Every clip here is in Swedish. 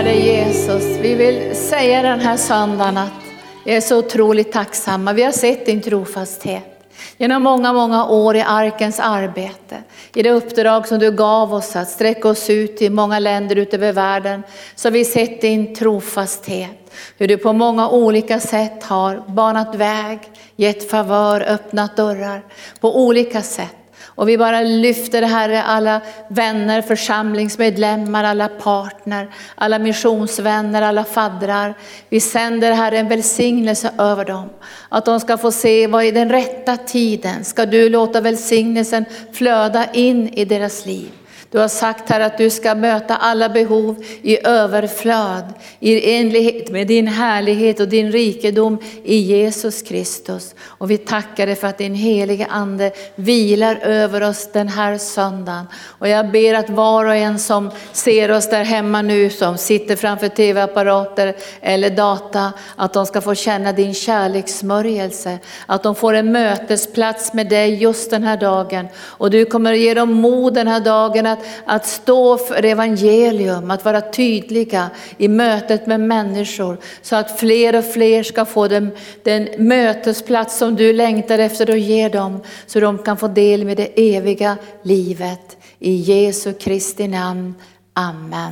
dig Jesus. Vi vill säga den här söndagen att vi är så otroligt tacksamma. Vi har sett din trofasthet genom många, många år i arkens arbete. I det uppdrag som du gav oss att sträcka oss ut i många länder ute över världen. Så har vi sett din trofasthet. Hur du på många olika sätt har banat väg, gett favör, öppnat dörrar på olika sätt. Och vi bara lyfter det här, alla vänner, församlingsmedlemmar, alla partner, alla missionsvänner, alla faddrar. Vi sänder här en välsignelse över dem. Att de ska få se vad i den rätta tiden ska du låta välsignelsen flöda in i deras liv. Du har sagt här att du ska möta alla behov i överflöd, i enlighet med din härlighet och din rikedom i Jesus Kristus. Och vi tackar dig för att din heliga ande vilar över oss den här söndagen. Och jag ber att var och en som ser oss där hemma nu, som sitter framför tv-apparater eller data, att de ska få känna din kärlekssmörjelse. Att de får en mötesplats med dig just den här dagen. Och du kommer att ge dem mod den här dagen att stå för evangelium, att vara tydliga i mötet med människor, så att fler och fler ska få den mötesplats som du längtar efter att ge dem, så de kan få del med det eviga livet. I Jesu Kristi namn. Amen.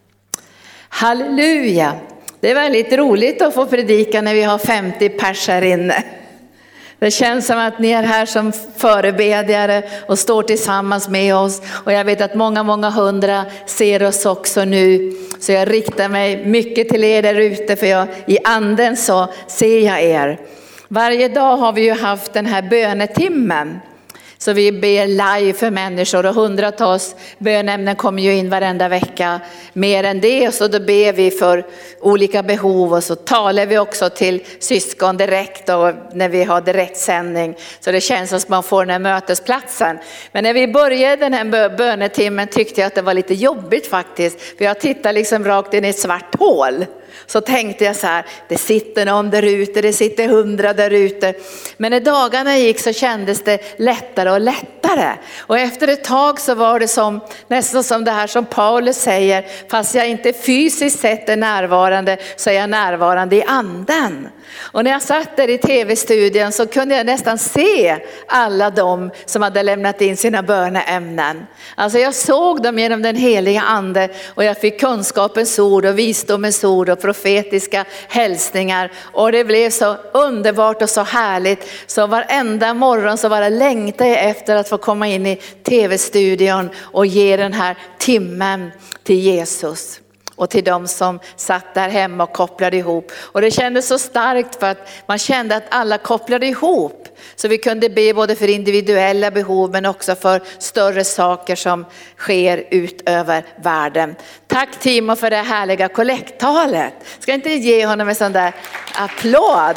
Halleluja! Det är väldigt roligt att få predika när vi har 50 pers här inne. Det känns som att ni är här som förebedjare och står tillsammans med oss. Och jag vet att många, många hundra ser oss också nu. Så jag riktar mig mycket till er där ute, för i anden så ser jag er. Varje dag har vi ju haft den här bönetimmen. Så vi ber live för människor, och hundratals bönämnen kommer ju in varenda vecka. Mer än det, så då ber vi för olika behov, och så talar vi också till syskon direkt och när vi har direktsändning. Så det känns som att man får den här mötesplatsen. Men när vi började den här bönetimmen tyckte jag att det var lite jobbigt faktiskt. För jag tittade liksom rakt in i ett svart hål. Så tänkte jag så här, det sitter någon där ute, det sitter 100 där ute. Men när dagarna gick så kändes det lättare och lättare. Och efter ett tag så var det som, nästan som det här som Paulus säger, fast jag inte fysiskt sett är närvarande så är jag närvarande i anden. Och när jag satt där i tv-studien så kunde jag nästan se alla de som hade lämnat in sina böneämnen. Alltså jag såg dem genom den heliga ande, och jag fick kunskapens ord och visdomens ord och profetiska hälsningar. Och det blev så underbart och så härligt. Så varenda morgon så bara längtade jag efter att få komma in i tv-studion och ge den här timmen till Jesus. Och till de som satt där hemma och kopplade ihop. Och det kändes så starkt, för att man kände att alla kopplade ihop. Så vi kunde be både för individuella behov men också för större saker som sker ut över världen. Tack Timo för det härliga kollekttalet. Ska inte ge honom en sån där applåd?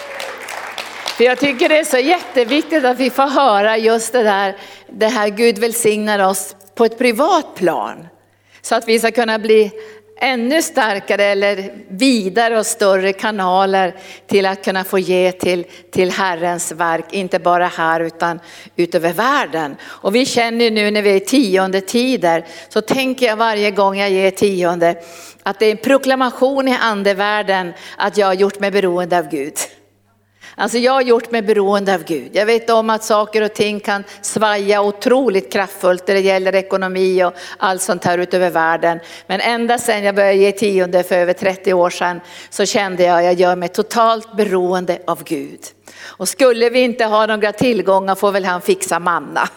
För jag tycker det är så jätteviktigt att vi får höra just det här Gud välsignar oss på ett privat plan. Så att vi ska kunna bli ännu starkare eller vidare och större kanaler till att kunna få ge till Herrens verk. Inte bara här utan utöver världen. Och vi känner nu när vi är i tionde tider, så tänker jag varje gång jag ger tionde att det är en proklamation i andevärlden att jag har gjort mig beroende av Gud. Alltså jag har gjort mig beroende av Gud. Jag vet om att saker och ting kan svaja otroligt kraftfullt när det gäller ekonomi och allt sånt här utöver världen. Men ända sedan jag började ge tionde för över 30 år sedan så kände jag gör mig totalt beroende av Gud. Och skulle vi inte ha några tillgångar får väl han fixa manna.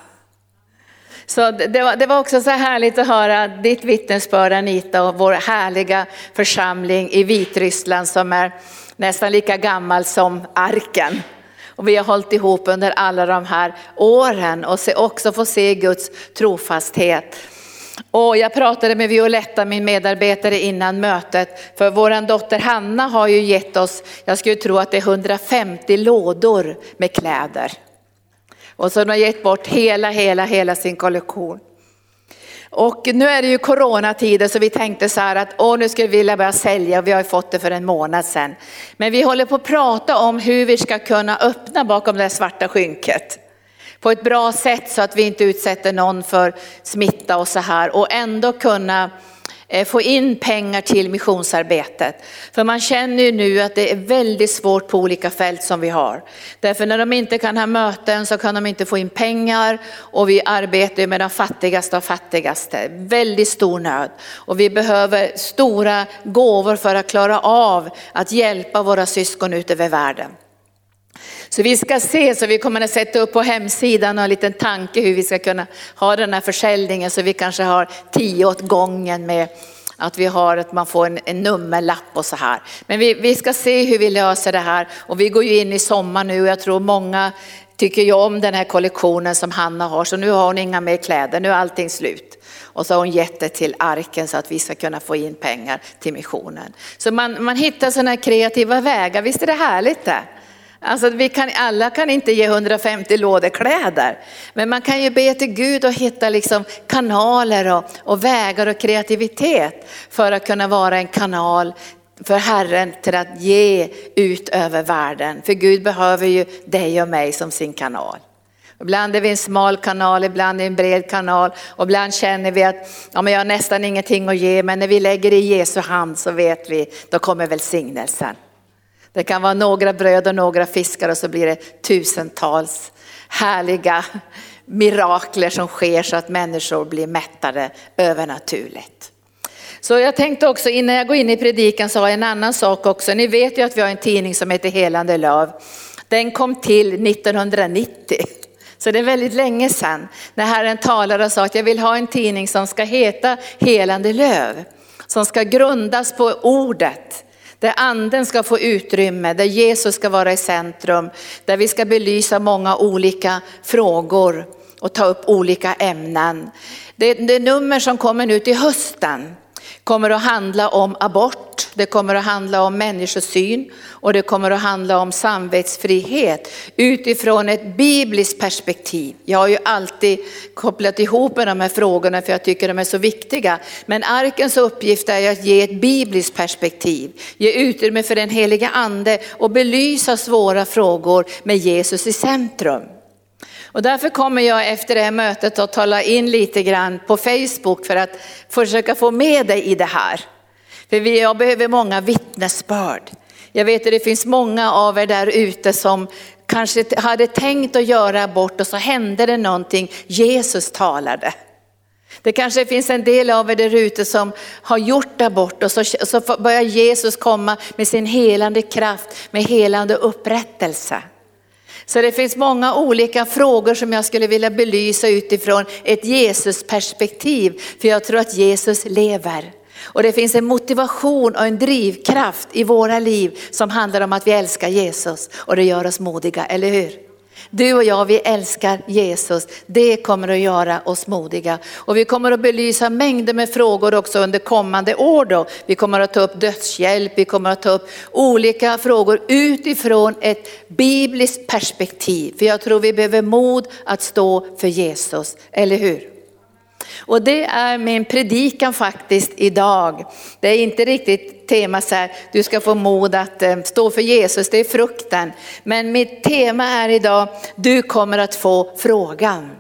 Så det var också så härligt att höra ditt vittnesbörd Anita, och vår härliga församling i Vitryssland som är nästan lika gammal som arken. Och vi har hållit ihop under alla de här åren och också få se Guds trofasthet. Och jag pratade med Violetta, min medarbetare, innan mötet. För våran dotter Hanna har ju gett oss, jag skulle tro att det är 150 lådor med kläder. Och så har de gett bort hela sin kollektion. Och nu är det ju coronatider, så vi tänkte så här att nu ska vi vilja börja sälja, och vi har fått det för en månad sedan. Men vi håller på att prata om hur vi ska kunna öppna bakom det svarta skynket på ett bra sätt så att vi inte utsätter någon för smitta och så här, och ändå kunna få in pengar till missionsarbetet. För man känner ju nu att det är väldigt svårt på olika fält som vi har. Därför när de inte kan ha möten så kan de inte få in pengar, och vi arbetar med de fattigaste av fattigaste. Väldigt stor nöd, och vi behöver stora gåvor för att klara av att hjälpa våra syskon ut över världen. Så vi ska se, så vi kommer att sätta upp på hemsidan och en liten tanke hur vi ska kunna ha den här försäljningen, så vi kanske har 10 åt gången med att vi har att man får en nummerlapp och så här. Men vi ska se hur vi löser det här, och vi går ju in i sommar nu och jag tror många tycker ju om den här kollektionen som Hanna har, så nu har hon inga mer kläder, nu är allting slut. Och så har hon gett det till Arken så att vi ska kunna få in pengar till missionen. Så man hittar sådana här kreativa vägar, visst är det härligt det? Alltså alla kan inte ge 150 lådor kläder, men man kan ju be till Gud och hitta liksom kanaler och vägar och kreativitet för att kunna vara en kanal för Herren till att ge ut över världen. För Gud behöver ju dig och mig som sin kanal. Ibland är vi en smal kanal, ibland är en bred kanal, och ibland känner vi att jag har nästan ingenting att ge, men när vi lägger i Jesu hand så vet vi, då kommer välsignelsen. Det kan vara några bröd och några fiskar, och så blir det tusentals härliga mirakler som sker så att människor blir mättade övernaturligt. Så jag tänkte också, innan jag går in i predikan så har jag en annan sak också. Ni vet ju att vi har en tidning som heter Helande löv. Den kom till 1990. Så det är väldigt länge sedan när Herren talade och sa att jag vill ha en tidning som ska heta Helande löv. Som ska grundas på ordet. Där anden ska få utrymme, där Jesus ska vara i centrum, där vi ska belysa många olika frågor och ta upp olika ämnen. Det nummer som kommer nu till hösten kommer att handla om abort, det kommer att handla om människosyn, och det kommer att handla om samvetsfrihet utifrån ett bibliskt perspektiv. Jag har ju alltid kopplat ihop med de här frågorna för jag tycker de är så viktiga. Men Arkens uppgift är att ge ett bibliskt perspektiv, ge utrymme för den heliga ande och belysa svåra frågor med Jesus i centrum. Och därför kommer jag efter det här mötet att tala in lite grann på Facebook för att försöka få med dig i det här. För jag behöver många vittnesbörd. Jag vet att det finns många av er där ute som kanske hade tänkt att göra abort och så hände det någonting. Jesus talade. Det kanske finns en del av er där ute som har gjort abort och så börjar Jesus komma med sin helande kraft, med helande upprättelse. Så det finns många olika frågor som jag skulle vilja belysa utifrån ett Jesus-perspektiv. För jag tror att Jesus lever. Och det finns en motivation och en drivkraft i våra liv som handlar om att vi älskar Jesus. Och det gör oss modiga, eller hur? Du och jag, vi älskar Jesus. Det kommer att göra oss modiga. Och vi kommer att belysa mängder med frågor också under kommande år då. Vi kommer att ta upp dödshjälp, vi kommer att ta upp olika frågor utifrån ett bibliskt perspektiv. För jag tror vi behöver mod att stå för Jesus, eller hur? Och det är min predikan faktiskt idag. Det är inte riktigt tema så här, du ska få mod att stå för Jesus, det är frukten. Men mitt tema är idag, du kommer att få frågan.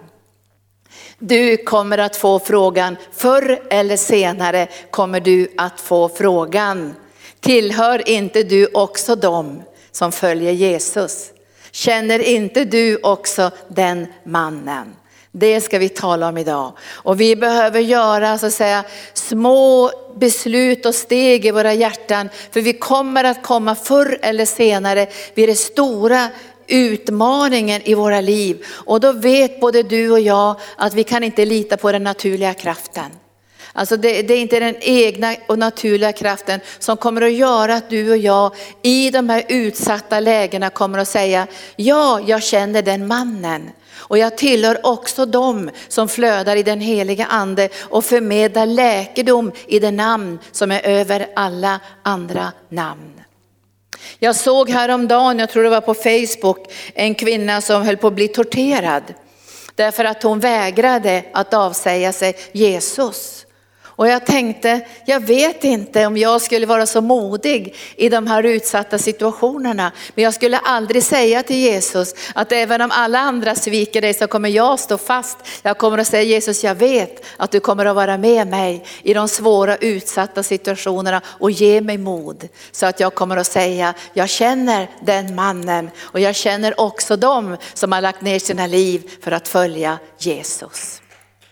Du kommer att få frågan, förr eller senare kommer du att få frågan. Tillhör inte du också dem som följer Jesus? Känner inte du också den mannen? Det ska vi tala om idag. Och vi behöver göra så att säga små beslut och steg i våra hjärtan. För vi kommer att komma förr eller senare vid det stora utmaningen i våra liv. Och då vet både du och jag att vi kan inte lita på den naturliga kraften. Alltså det är inte den egna och naturliga kraften som kommer att göra att du och jag i de här utsatta lägena kommer att säga, ja, jag känner den mannen. Och jag tillhör också dem som flödar i den heliga ande och förmedlar läkedom i det namn som är över alla andra namn. Jag såg häromdagen, jag tror det var på Facebook, en kvinna som höll på att bli torterad. Därför att hon vägrade att avsäga sig Jesus. Och jag tänkte, jag vet inte om jag skulle vara så modig i de här utsatta situationerna. Men jag skulle aldrig säga till Jesus att även om alla andra sviker dig så kommer jag stå fast. Jag kommer att säga, Jesus, jag vet att du kommer att vara med mig i de svåra utsatta situationerna och ge mig mod. Så att jag kommer att säga, jag känner den mannen och jag känner också dem som har lagt ner sina liv för att följa Jesus.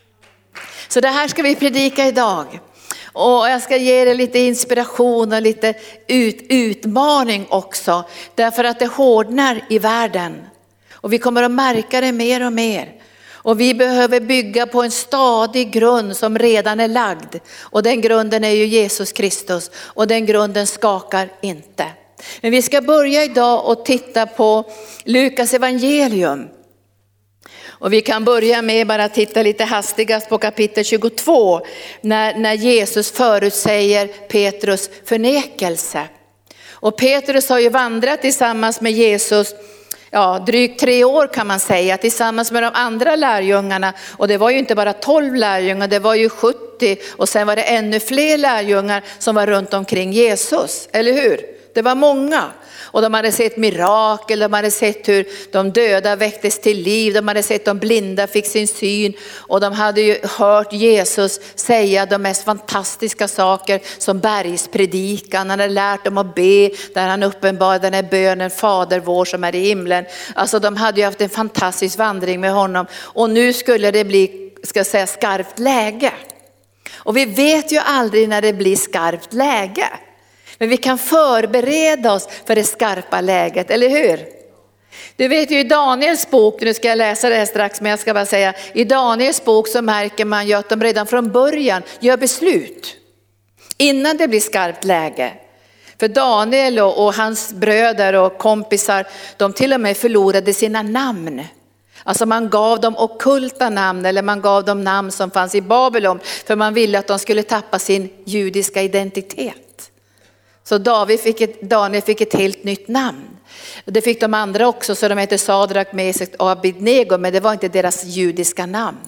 Så det här ska vi predika idag. Och jag ska ge er lite inspiration och lite utmaning också. Därför att det hårdnar i världen. Och vi kommer att märka det mer och mer. Och vi behöver bygga på en stadig grund som redan är lagd. Och den grunden är ju Jesus Kristus. Och den grunden skakar inte. Men vi ska börja idag och titta på Lukas evangelium. Och vi kan börja med bara titta lite hastigast på kapitel 22 när Jesus förutsäger Petrus förnekelse. Och Petrus har ju vandrat tillsammans med Jesus drygt 3 år kan man säga, tillsammans med de andra lärjungarna. Och det var ju inte bara 12 lärjungar, det var ju 70 och sen var det ännu fler lärjungar som var runt omkring Jesus, eller hur? Det var många. Och de hade sett mirakel, de hade sett hur de döda väcktes till liv, de hade sett de blinda fick sin syn och de hade ju hört Jesus säga de mest fantastiska saker som bergspredikan. Han hade lärt dem att be där han uppenbarade den här bönen, Fader vår som är i himlen. Alltså de hade ju haft en fantastisk vandring med honom och nu skulle det bli, ska jag säga, skarpt läge. Och vi vet ju aldrig när det blir skarpt läge. Men vi kan förbereda oss för det skarpa läget, eller hur? Du vet ju i Daniels bok, nu ska jag läsa det här strax men jag ska bara säga, i Daniels bok så märker man ju att de redan från början gör beslut. Innan det blir skarpt läge. För Daniel och hans bröder och kompisar, de till och med förlorade sina namn. Alltså man gav dem ockulta namn eller man gav dem namn som fanns i Babylon för man ville att de skulle tappa sin judiska identitet. Så Daniel fick ett helt nytt namn. Det fick de andra också, så de heter Sadrak, Mesek och Abednego, men det var inte deras judiska namn.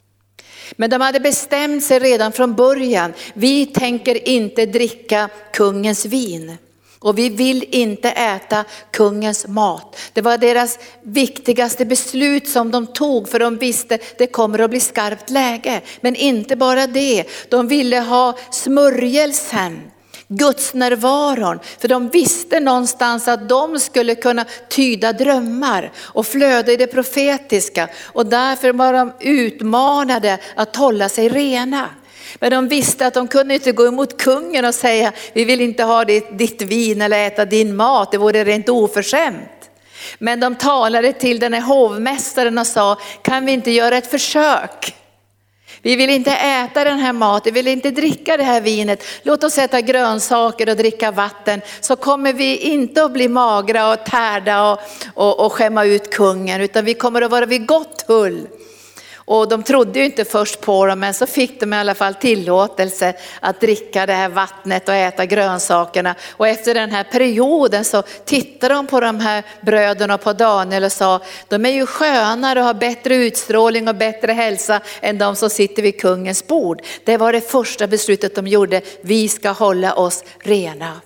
Men de hade bestämt sig redan från början. Vi tänker inte dricka kungens vin. Och vi vill inte äta kungens mat. Det var deras viktigaste beslut som de tog, för de visste det kommer att bli skarpt läge. Men inte bara det, de ville ha smörjelsen. Guds närvaron, för de visste någonstans att de skulle kunna tyda drömmar och flöda i det profetiska och därför var de utmanade att hålla sig rena. Men de visste att de kunde inte gå emot kungen och säga vi vill inte ha ditt vin eller äta din mat, det vore rent oförskämt. Men de talade till den här hovmästaren och sa, kan vi inte göra ett försök? Vi vill inte äta den här maten, vi vill inte dricka det här vinet. Låt oss äta grönsaker och dricka vatten, så kommer vi inte att bli magra och tärda och skämma ut kungen, utan vi kommer att vara vid gott hull. Och de trodde ju inte först på dem, men så fick de i alla fall tillåtelse att dricka det här vattnet och äta grönsakerna. Och efter den här perioden så tittade de på de här bröderna och på Daniel och sa, de är ju skönare och har bättre utstrålning och bättre hälsa än de som sitter vid kungens bord. Det var det första beslutet de gjorde, vi ska hålla oss rena.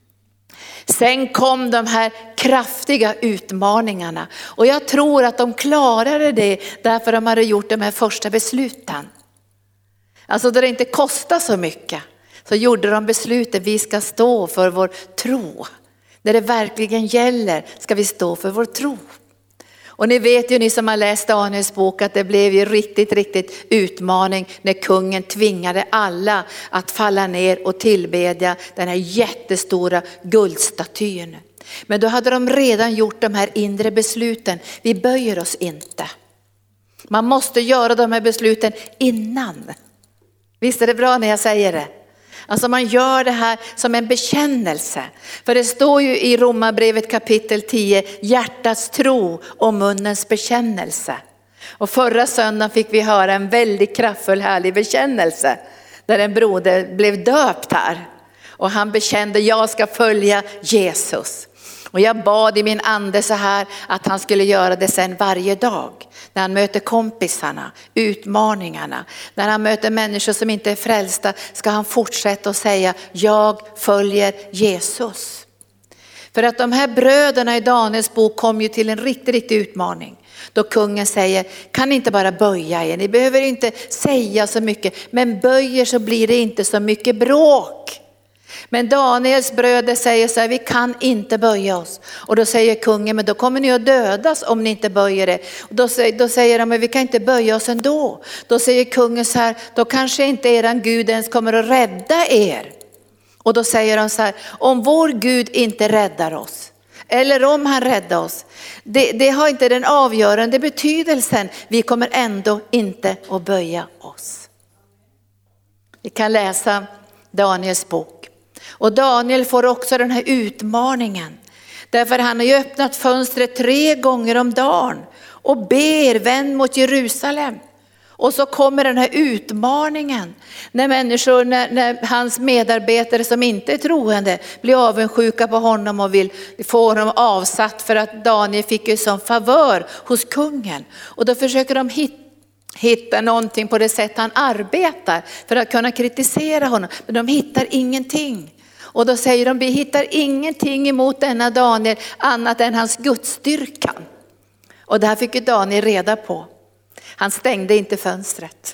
Sen kom de här kraftiga utmaningarna och jag tror att de klarade det därför de hade gjort de här första besluten. Alltså då det inte kostar så mycket så gjorde de besluten, vi ska stå för vår tro. När det verkligen gäller ska vi stå för vår tro. Och ni vet ju, ni som har läst Daniels bok, att det blev ju riktigt utmaning när kungen tvingade alla att falla ner och tillbedja den här jättestora guldstatyn. Men då hade de redan gjort de här inre besluten. Vi böjer oss inte. Man måste göra de här besluten innan. Visst är det bra när jag säger det? Alltså man gör det här som en bekännelse. För det står ju i Romarbrevet kapitel 10, hjärtats tro och munnens bekännelse. Och förra söndagen fick vi höra en väldigt kraftfull härlig bekännelse. Där en broder blev döpt här. Och han bekände, jag ska följa Jesus. Och jag bad i min ande så här att han skulle göra det sen varje dag. När han möter kompisarna, utmaningarna. När han möter människor som inte är frälsta ska han fortsätta att säga: jag följer Jesus. För att de här bröderna i Daniels bok kom ju till en riktig utmaning. Då kungen säger: kan ni inte bara böja er? Ni behöver inte säga så mycket. Men böjer så blir det inte så mycket bråk. Men Daniels bröder säger så här: vi kan inte böja oss. Och då säger kungen: men då kommer ni att dödas om ni inte böjer er. Och då säger de: men vi kan inte böja oss ändå. Då säger kungen så här: då kanske inte eran Gud ens kommer att rädda er. Och då säger de så här: om vår Gud inte räddar oss, eller om han räddar oss, det har inte den avgörande betydelsen. Vi kommer ändå inte att böja oss. Vi kan läsa Daniels bok. Och Daniel får också den här utmaningen. Därför han har ju öppnat fönstret 3 gånger om dagen och ber: vänd mot Jerusalem. Och så kommer den här utmaningen när människor, när hans medarbetare som inte är troende blir avundsjuka på honom och vill få honom avsatt för att Daniel fick ju sån favör hos kungen. Och då försöker de hitta någonting på det sätt han arbetar för att kunna kritisera honom. Men de hittar ingenting. Och då säger de: vi hittar ingenting emot denna Daniel annat än hans gudsstyrkan. Och det här fick ju Daniel reda på. Han stängde inte fönstret.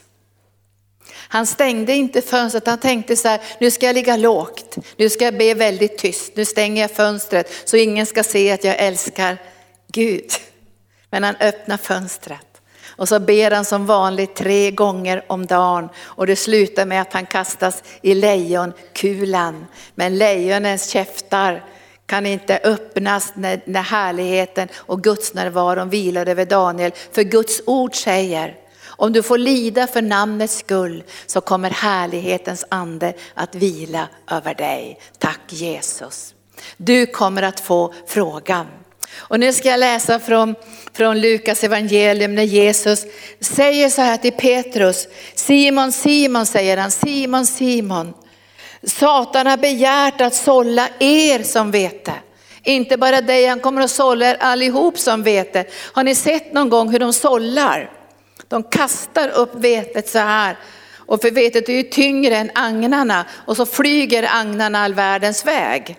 Han stängde inte fönstret. Han tänkte så här: nu ska jag ligga lågt. Nu ska jag be väldigt tyst. Nu stänger jag fönstret så ingen ska se att jag älskar Gud. Men han öppnar fönstret. Och så ber han som vanligt 3 gånger om dagen. Och det slutar med att han kastas i lejonkulan. Men lejonens käftar kan inte öppnas när härligheten och Guds närvaron vilar över Daniel. För Guds ord säger: om du får lida för namnets skull så kommer härlighetens ande att vila över dig. Tack Jesus. Du kommer att få frågan. Och nu ska jag läsa från Lukas evangelium när Jesus säger så här till Petrus: Simon, Simon, säger han, Simon, Simon. Satan har begärt att sålla er som vete. Inte bara dig, han kommer att sålla er allihop som vete. Har ni sett någon gång hur de sållar? De kastar upp vetet så här. Och för vetet är ju tyngre än agnarna. Och så flyger agnarna all världens väg.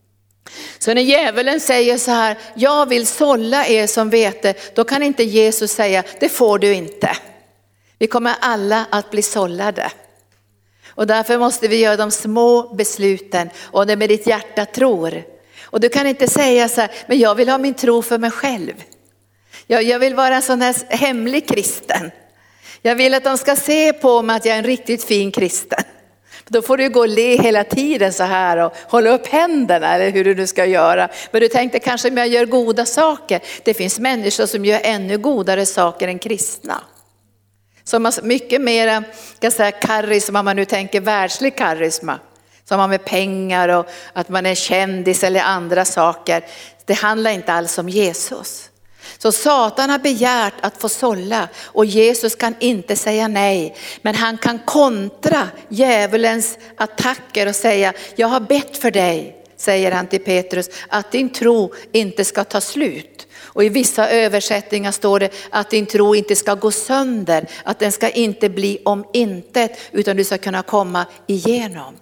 Så när djävulen säger så här: jag vill sålla er som vete. Då kan inte Jesus säga: det får du inte. Vi kommer alla att bli sållade. Och därför måste vi göra de små besluten. Och det med ditt hjärta tror. Och du kan inte säga så här: men jag vill ha min tro för mig själv. Jag vill vara en sån här hemlig kristen. Jag vill att de ska se på mig att jag är en riktigt fin kristen. Då får du gå och le hela tiden så här och hålla upp händerna eller hur du nu ska göra. Men du tänkte kanske om jag gör goda saker. Det finns människor som gör ännu godare saker än kristna. Som har mycket mer karisma, om man nu tänker världslig karisma. Som har med pengar och att man är kändis eller andra saker. Det handlar inte alls om Jesus. Så Satan har begärt att få sålla och Jesus kan inte säga nej. Men han kan kontra djävulens attacker och säga: jag har bett för dig, säger han till Petrus, att din tro inte ska ta slut. Och i vissa översättningar står det att din tro inte ska gå sönder. Att den ska inte bli om intet utan du ska kunna komma igenom.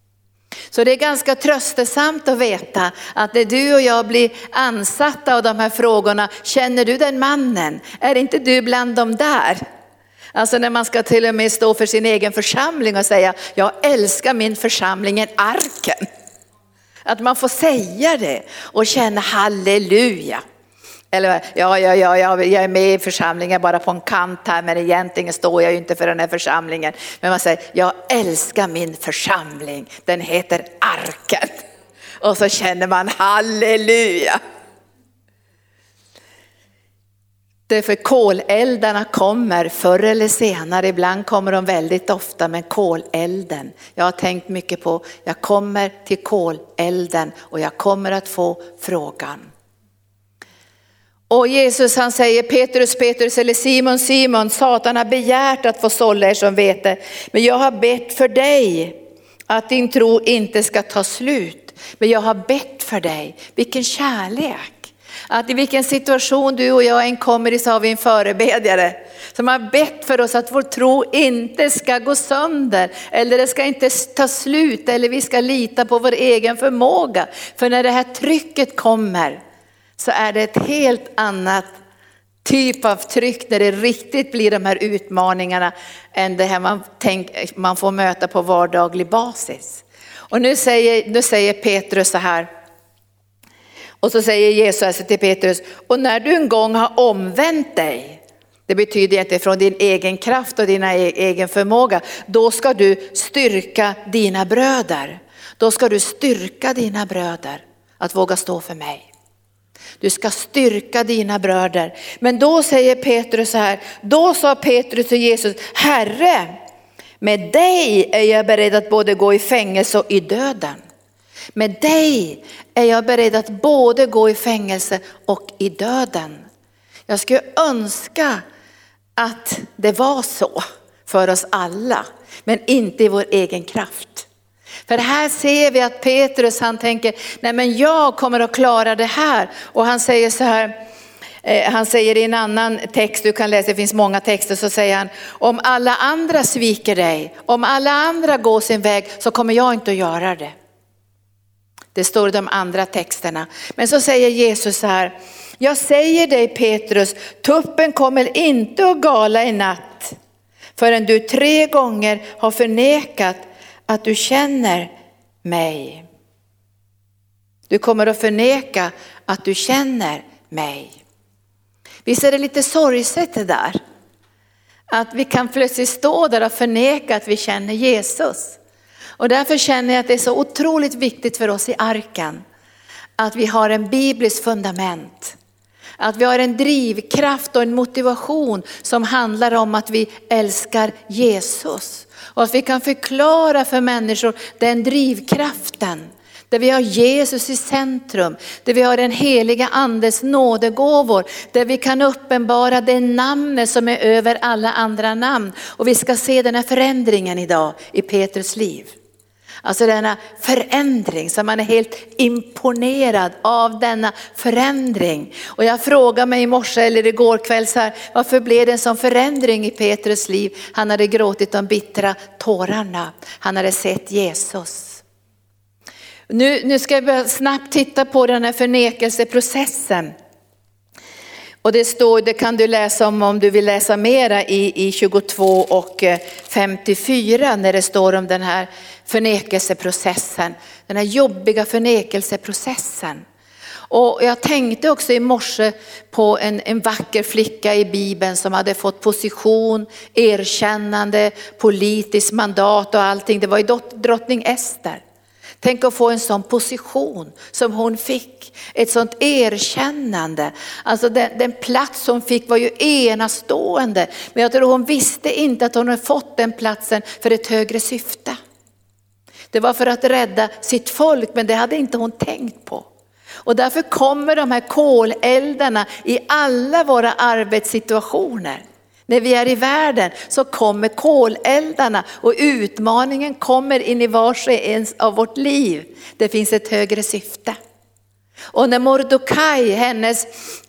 Så det är ganska tröstesamt att veta att när du och jag blir ansatta av de här frågorna, känner du den mannen? Är inte du bland dem där? Alltså när man ska till och med stå för sin egen församling och säga: jag älskar min församling, en arken. Att man får säga det och känna halleluja. Eller jag är med i församlingen bara på en kant här, men egentligen står jag ju inte för den här församlingen. Men man säger: jag älskar min församling, den heter arken. Och så känner man halleluja. Därför koleldarna kommer förr eller senare, ibland kommer de väldigt ofta, men kolelden. Jag har tänkt mycket på, jag kommer till kolelden och jag kommer att få frågan. Och Jesus han säger: Petrus, Petrus, eller Simon, Simon, Satan har begärt att få sålla er som vete. Men jag har bett för dig att din tro inte ska ta slut. Men jag har bett för dig. Vilken kärlek. Att i vilken situation du och jag än kommer i så har vi en förebedjare som har bett för oss att vår tro inte ska gå sönder. Eller det ska inte ta slut, eller vi ska lita på vår egen förmåga. För när det här trycket kommer så är det ett helt annat typ av tryck när det riktigt blir de här utmaningarna än det här man får möta på vardaglig basis. Och nu säger Petrus så här. Och så säger Jesus till Petrus, och när du en gång har omvänt dig, det betyder inte från din egen kraft och din egen förmåga, då ska du styrka dina bröder. Då ska du styrka dina bröder att våga stå för mig. Du ska styrka dina bröder. Men då säger Petrus så här, då sa Petrus till Jesus, Herre, med dig är jag beredd att både gå i fängelse och i döden. Med dig är jag beredd att både gå i fängelse och i döden. Jag skulle önska att det var så för oss alla, men inte i vår egen kraft. För här ser vi att Petrus, han tänker, nej men jag kommer att klara det här. Och han säger så här, han säger i en annan text, du kan läsa, det finns många texter, så säger han, om alla andra sviker dig, om alla andra går sin väg, så kommer jag inte att göra det. Det står i de andra texterna. Men så säger Jesus så här, jag säger dig Petrus, tuppen kommer inte att gala i natt förrän du 3 gånger har förnekat att du känner mig. Du kommer att förneka att du känner mig. Visst är det lite sorgset det där? Att vi kan plötsligt stå där och förneka att vi känner Jesus. Och därför känner jag att det är så otroligt viktigt för oss i arken att vi har en biblisk fundament. Att vi har en drivkraft och en motivation som handlar om att vi älskar Jesus. Och att vi kan förklara för människor den drivkraften. Där vi har Jesus i centrum. Där vi har den heliga andes nådegåvor. Där vi kan uppenbara det namnet som är över alla andra namn. Och vi ska se den här förändringen idag i Petrus liv. Alltså denna förändring, som man är helt imponerad av denna förändring. Och jag frågar mig i morse eller igår kväll så här, varför blev det en sån förändring i Petrus liv? Han hade gråtit de bittra tårarna, han hade sett Jesus. Nu ska jag bara snabbt titta på den här förnekelseprocessen. Och det står, det kan du läsa om du vill läsa mera i 22 och 54 när det står om den här förnekelseprocessen. Den här jobbiga förnekelseprocessen. Och jag tänkte också i morse på en vacker flicka i Bibeln som hade fått position, erkännande, politiskt mandat och allting. Det var ju drottning Ester. Tänk att få en sån position som hon fick. Ett sånt erkännande. Alltså den plats hon fick var ju enastående. Men jag tror hon visste inte att hon hade fått den platsen för ett högre syfte. Det var för att rädda sitt folk, men det hade inte hon tänkt på. Och därför kommer de här koleldarna i alla våra arbetssituationer. När vi är i världen så kommer koleldarna och utmaningen kommer in i vars och ens av vårt liv. Det finns ett högre syfte. Och när Mordokaj, hennes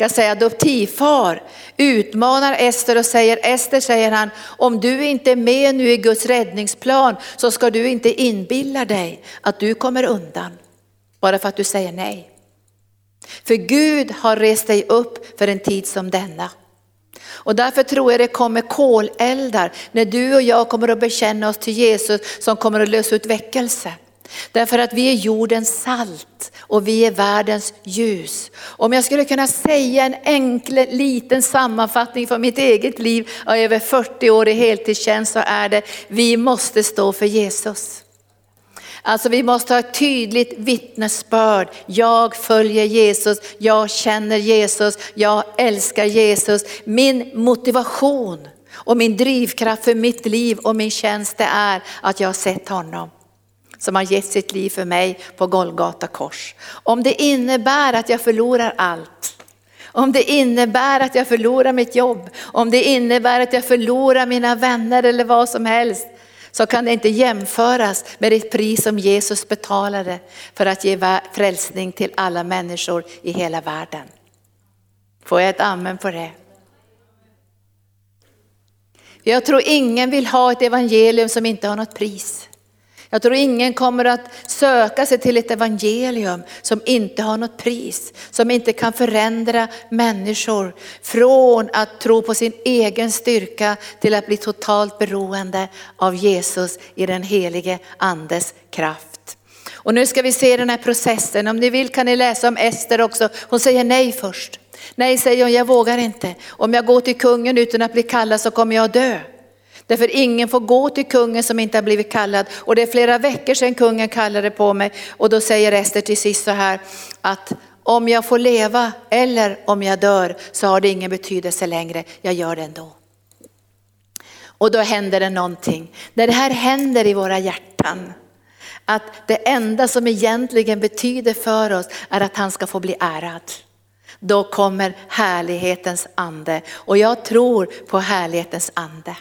adoptivfar, utmanar Ester och säger, Ester säger han, om du inte är med nu i Guds räddningsplan så ska du inte inbilla dig att du kommer undan. Bara för att du säger nej. För Gud har rest dig upp för en tid som denna. Och därför tror jag det kommer koleldar när du och jag kommer att bekänna oss till Jesus som kommer att lösa ut väckelse. Därför att vi är jordens salt och vi är världens ljus. Om jag skulle kunna säga en enkel liten sammanfattning för mitt eget liv av över 40 år i heltidstjänst så är det, vi måste stå för Jesus. Alltså vi måste ha ett tydligt vittnesbörd. Jag följer Jesus, jag känner Jesus, jag älskar Jesus. Min motivation och min drivkraft för mitt liv och min tjänst det är att jag har sett honom. Som har gett sitt liv för mig på Golgata kors. Om det innebär att jag förlorar allt. Om det innebär att jag förlorar mitt jobb. Om det innebär att jag förlorar mina vänner eller vad som helst. så kan det inte jämföras med det pris som Jesus betalade för att ge frälsning till alla människor i hela världen. Får jag ett amen på det? Jag tror ingen vill ha ett evangelium som inte har något pris. Jag tror ingen kommer att söka sig till ett evangelium som inte har något pris. Som inte kan förändra människor från att tro på sin egen styrka till att bli totalt beroende av Jesus i den helige andes kraft. Och nu ska vi se den här processen. Om ni vill kan ni läsa om Ester också. Hon säger nej först. Nej, säger hon, jag vågar inte. Om jag går till kungen utan att bli kallad så kommer jag dö. Därför ingen får gå till kungen som inte har blivit kallad. Och det är flera veckor sedan kungen kallade på mig. Och då säger Ester till sist så här att om jag får leva eller om jag dör så har det ingen betydelse längre. Jag gör det ändå. Och då händer det någonting. När det här händer i våra hjärtan. Att det enda som egentligen betyder för oss är att han ska få bli ärad. Då kommer härlighetens ande. Och jag tror på härlighetens ande.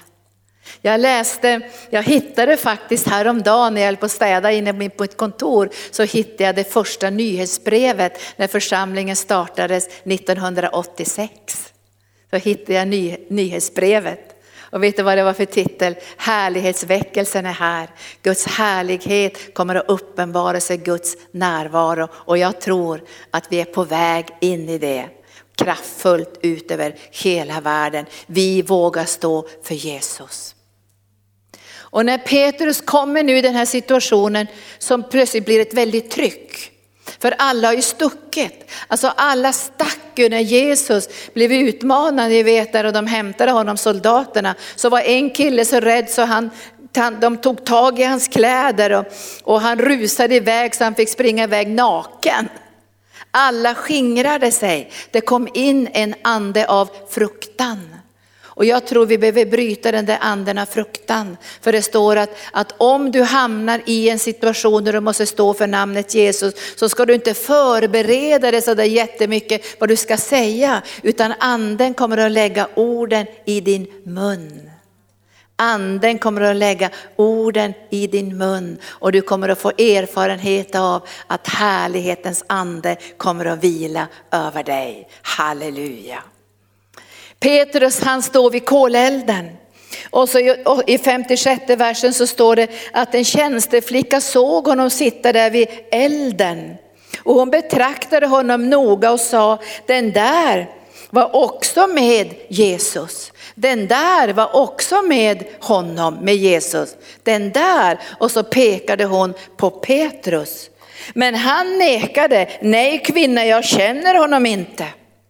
Jag hittade faktiskt häromdagen när jag höll på att städa inne på ett kontor, så hittade jag det första nyhetsbrevet när församlingen startades 1986. Så hittade jag nyhetsbrevet. Och vet du vad det var för titel? Härlighetsväckelsen är här. Guds härlighet kommer att uppenbara sig, Guds närvaro. Och jag tror att vi är på väg in i det. Kraftfullt ut över hela världen. Vi vågar stå för Jesus. Och när Petrus kommer nu i den här situationen som plötsligt blir ett väldigt tryck. För alla har ju stuckit. Alltså alla stack ju när Jesus blev utmanad, ni vet där, och de hämtade honom, soldaterna. Så var en kille så rädd så de tog tag i hans kläder och han rusade iväg så han fick springa iväg naken. Alla skingrade sig. Det kom in en ande av fruktan. Och jag tror vi behöver bryta den där anden av fruktan. För det står att om du hamnar i en situation där du måste stå för namnet Jesus, så ska du inte förbereda dig så där jättemycket vad du ska säga. Utan anden kommer att lägga orden i din mun. Anden kommer att lägga orden i din mun. Och du kommer att få erfarenhet av att härlighetens ande kommer att vila över dig. Halleluja. Petrus, han står vid kolelden. Och så i 56 versen så står det att en tjänsteflicka såg honom sitta där vid elden. Och hon betraktade honom noga och sa, den där var också med Jesus. Den där var också med honom, med Jesus. Den där, och så pekade hon på Petrus. Men han nekade, nej kvinna, jag känner honom inte.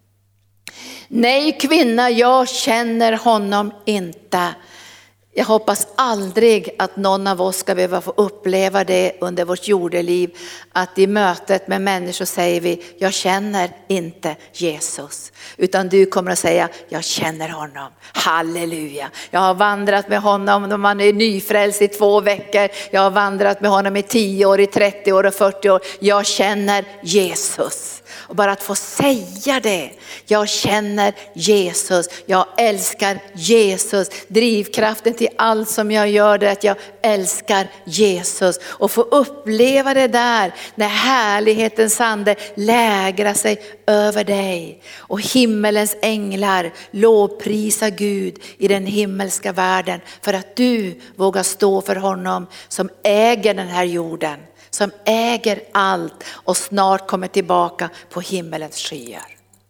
Nej kvinna, jag känner honom inte. Jag hoppas aldrig att någon av oss ska behöva få uppleva det under vårt jordeliv. Att i mötet med människor säger vi, jag känner inte Jesus. Utan du kommer att säga, jag känner honom. Halleluja. Jag har vandrat med honom när man är nyfrälst i 2 veckor. Jag har vandrat med honom i 10 år, i 30 år och 40 år. Jag känner Jesus. Och bara att få säga det. Jag känner Jesus. Jag älskar Jesus. Drivkraften till allt som jag gör det är att jag älskar Jesus. Och få uppleva det där när härlighetens ande lägrar sig över dig. Och himmelens änglar lovprisa Gud i den himmelska världen. För att du vågar stå för honom som äger den här jorden. Som äger allt och snart kommer tillbaka på himmelens skyar.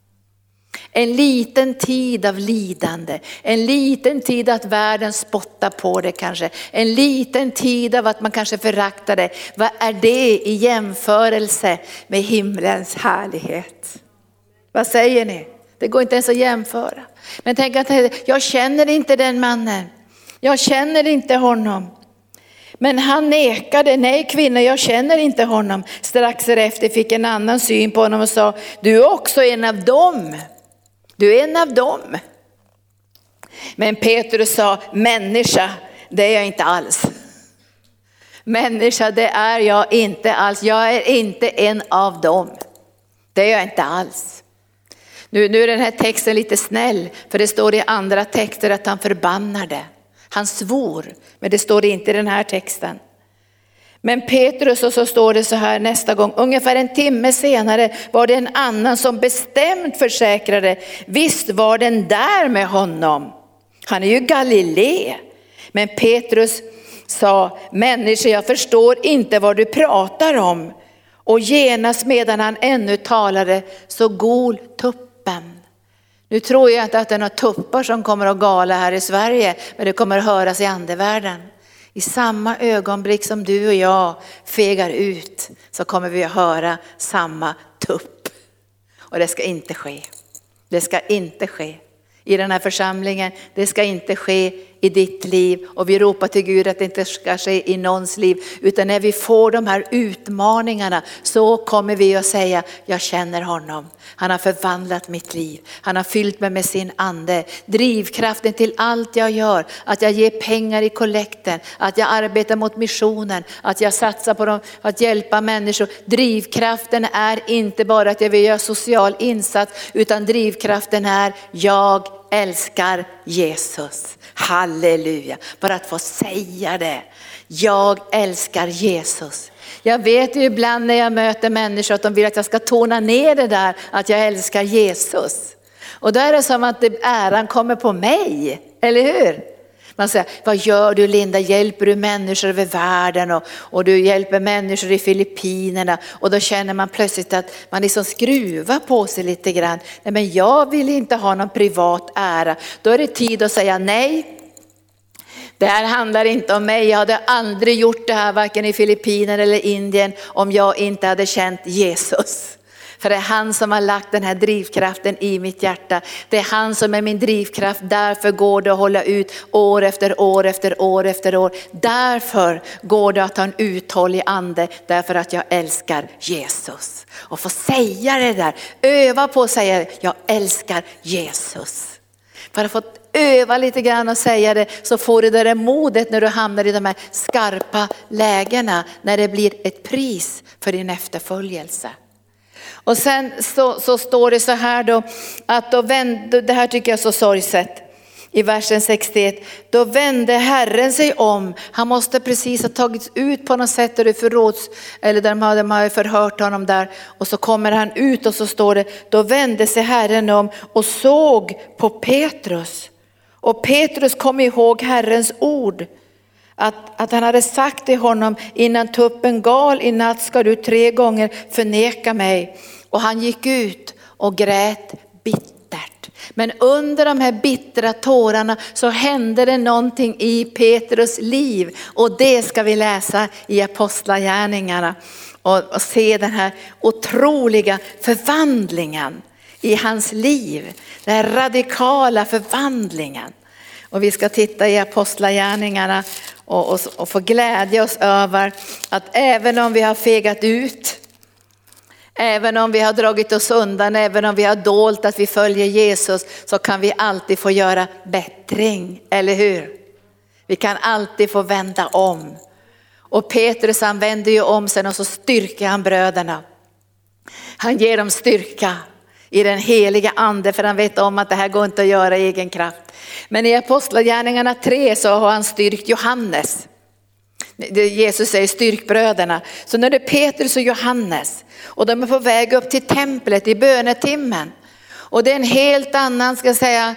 En liten tid av lidande, en liten tid att världen spottar på det kanske. En liten tid av att man kanske föraktar det. Vad är det i jämförelse med himmelens härlighet? Vad säger ni? Det går inte ens att jämföra. Men tänk att jag känner inte den mannen. Jag känner inte honom. Men han nekade, nej kvinna, jag känner inte honom. Strax därefter fick en annan syn på honom och sa, du är också en av dem. Du är en av dem. Men Petrus sa, människa, det är jag inte alls. Människa, det är jag inte alls. Jag är inte en av dem. Det är jag inte alls. Nu är den här texten lite snäll, för det står i andra texter att han förbannar det. Han svor, men det står inte i den här texten. Men Petrus, och så står det så här nästa gång, ungefär en timme senare var det en annan som bestämt försäkrade, visst var den där med honom. Han är ju Galilé. Men Petrus sa, människor, jag förstår inte vad du pratar om. Och genast medan han ännu talade så gol tuppen. Nu tror jag inte att det är några tuppar som kommer att gala här i Sverige, men det kommer att höras i andevärlden. I samma ögonblick som du och jag fegar ut så kommer vi att höra samma tupp. Och det ska inte ske. Det ska inte ske i den här församlingen. Det ska inte ske i ditt liv. Och vi ropar till Gud att det inte ska ske i någons liv. Utan när vi får de här utmaningarna så kommer vi att säga, jag känner honom. Han har förvandlat mitt liv. Han har fyllt mig med sin ande. Drivkraften till allt jag gör. Att jag ger pengar i kollekten. Att jag arbetar mot missionen. Att jag satsar på att hjälpa människor. Drivkraften är inte bara att jag vill göra social insats. Utan drivkraften är jag älskar Jesus. Halleluja. Bara att få säga det. Jag älskar Jesus. Jag vet ju ibland när jag möter människor att de vill att jag ska tona ner det där att jag älskar Jesus. Och då är det som att äran kommer på mig, eller hur? Man säger, vad gör du Linda? Hjälper du människor över världen och du hjälper människor i Filippinerna? Och då känner man plötsligt att man liksom skruvar på sig lite grann. Nej, men jag vill inte ha någon privat ära. Då är det tid att säga nej. Det här handlar inte om mig. Jag hade aldrig gjort det här varken i Filippinerna eller Indien om jag inte hade känt Jesus. För det är han som har lagt den här drivkraften i mitt hjärta. Det är han som är min drivkraft. Därför går det att hålla ut år efter år efter år efter år. Därför går det att ha en uthållig ande. Därför att jag älskar Jesus. Och få säga det där. Öva på att säga jag älskar Jesus. För att få öva lite grann och säga det så får du det där modet när du hamnar i de här skarpa lägena. När det blir ett pris för din efterföljelse. Och sen så står det så här då, att då vände, det här tycker jag är så sorgset, i versen 61, då vände Herren sig om. Han måste precis ha tagits ut på något sätt där det förråds, eller där de har förhört honom där, och så kommer han ut och så står det, då vände sig Herren om och såg på Petrus. Och Petrus kom ihåg Herrens ord. Att han hade sagt till honom, innan tuppen gal i natt ska du 3 gånger förneka mig. Och han gick ut och grät bittert. Men under de här bittra tårarna så hände det någonting i Petrus liv. Och det ska vi läsa i Apostlagärningarna. Och se den här otroliga förvandlingen i hans liv. Den här radikala förvandlingen. Och vi ska titta i Apostlagärningarna och få glädja oss över att även om vi har fegat ut, även om vi har dragit oss undan, även om vi har dolt att vi följer Jesus, så kan vi alltid få göra bättring, eller hur? Vi kan alltid få vända om. Och Petrus, han vänder ju om sen och så styrker han bröderna. Han ger dem styrka i den heliga ande, för han vet om att det här går inte att göra i egen kraft. Men i Apostlagärningarna 3 så har han styrkt Johannes. Jesus säger styrk bröderna. Så när det är Petrus och Johannes och de är på väg upp till templet i bönetimmen. Och det är en helt annan, ska jag säga,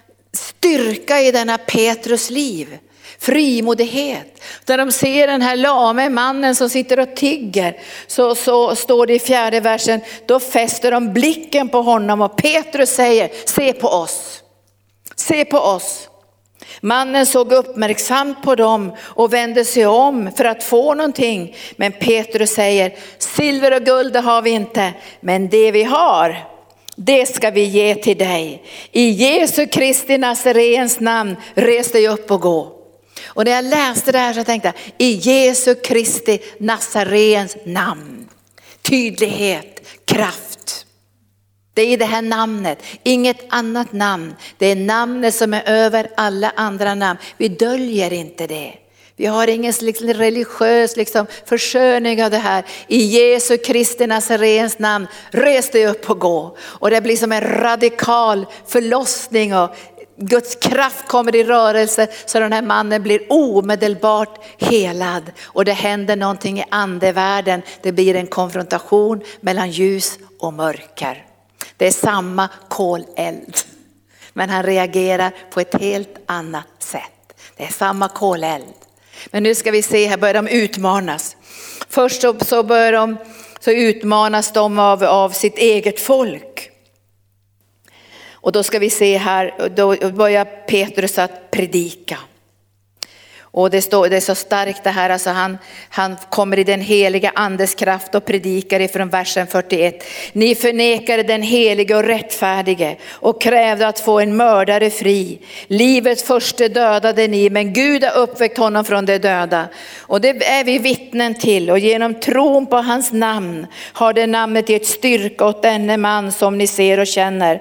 styrka i denna Petrus liv. Frimodighet. När de ser den här lame mannen som sitter och tigger, så står det i 4:e versen, då fäster de blicken på honom och Petrus säger, se på oss. Se på oss. Mannen såg uppmärksamt på dem och vände sig om för att få någonting. Men Petrus säger, silver och guld det har vi inte, men det vi har, det ska vi ge till dig. I Jesu Kristi Nazarens namn, res dig upp och gå. Och när jag läste det här så tänkte jag, i Jesu Kristi Nazarens namn. Tydlighet, kraft. Det är det här namnet, inget annat namn. Det är namnet som är över alla andra namn. Vi döljer inte det. Vi har ingen religiös försköning av det här. I Jesu Kristi Nazarens namn, res dig upp och gå. Och det blir som en radikal förlossning och Guds kraft kommer i rörelse så den här mannen blir omedelbart helad. Och det händer någonting i andevärlden. Det blir en konfrontation mellan ljus och mörker. Det är samma koleld. Men han reagerar på ett helt annat sätt. Det är samma koleld. Men nu ska vi se, här börjar de utmanas. Först så utmanas de av sitt eget folk. Och då ska vi se här, då börjar Petrus att predika. Och det är så starkt det här, alltså han kommer i den heliga andes kraft och predikar ifrån versen 41. Ni förnekade den helige och rättfärdige och krävde att få en mördare fri. Livets första dödade ni, men Gud har uppväckt honom från de döda. Och det är vi vittnen till, och genom tron på hans namn har det namnet gett styrka åt denne man som ni ser och känner.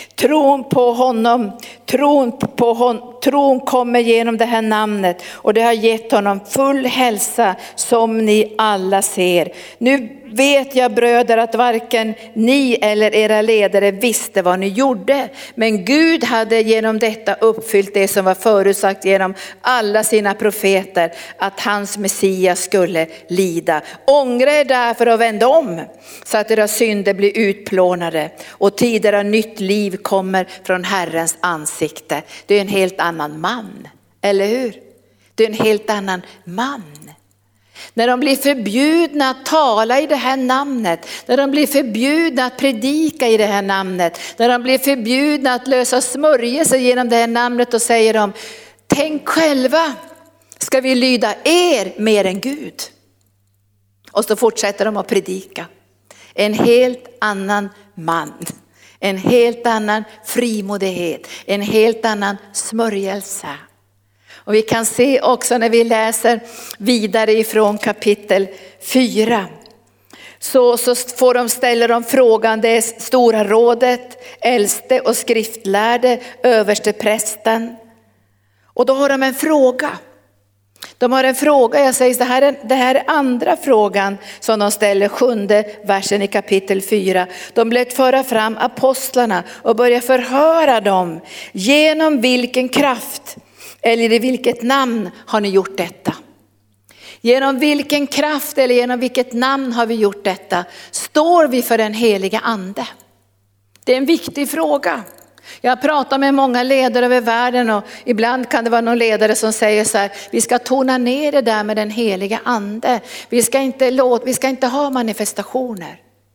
Tron kommer genom det här namnet, och det har gett honom full hälsa som ni alla ser. Nu vet jag, bröder, att varken ni eller era ledare visste vad ni gjorde. Men Gud hade genom detta uppfyllt det som var förutsagt genom alla sina profeter, att hans Messias skulle lida. Ångra er därför och vänd om, så att era synder blir utplånade och tider av nytt liv kommer från Herrens ansikte. Det är en helt annan man, eller hur? Det är en helt annan man. När de blir förbjudna att tala i det här namnet, när de blir förbjudna att predika i det här namnet, när de blir förbjudna att lösa smörjelse genom det här namnet, och säger de, tänk själva, ska vi lyda er mer än Gud? Och så fortsätter de att predika. En helt annan man, en helt annan frimodighet, en helt annan smörjelse. Och vi kan se också när vi läser vidare ifrån kapitel 4. Så ställer de frågan, det är stora rådet, äldste och skriftlärde, överste prästen. Och då har de en fråga. De har en fråga, jag säger det här är andra frågan som de ställer, 7:e versen i kapitel 4. De lät föra fram apostlarna och börja förhöra dem. Genom vilken kraft eller i vilket namn har ni gjort detta? Genom vilken kraft eller genom vilket namn har vi gjort detta? Står vi för den heliga ande? Det är en viktig fråga. Jag pratar med många ledare över världen, och ibland kan det vara någon ledare som säger så här: vi ska tona ner det där med den heliga ande. Vi ska inte ha manifestationer.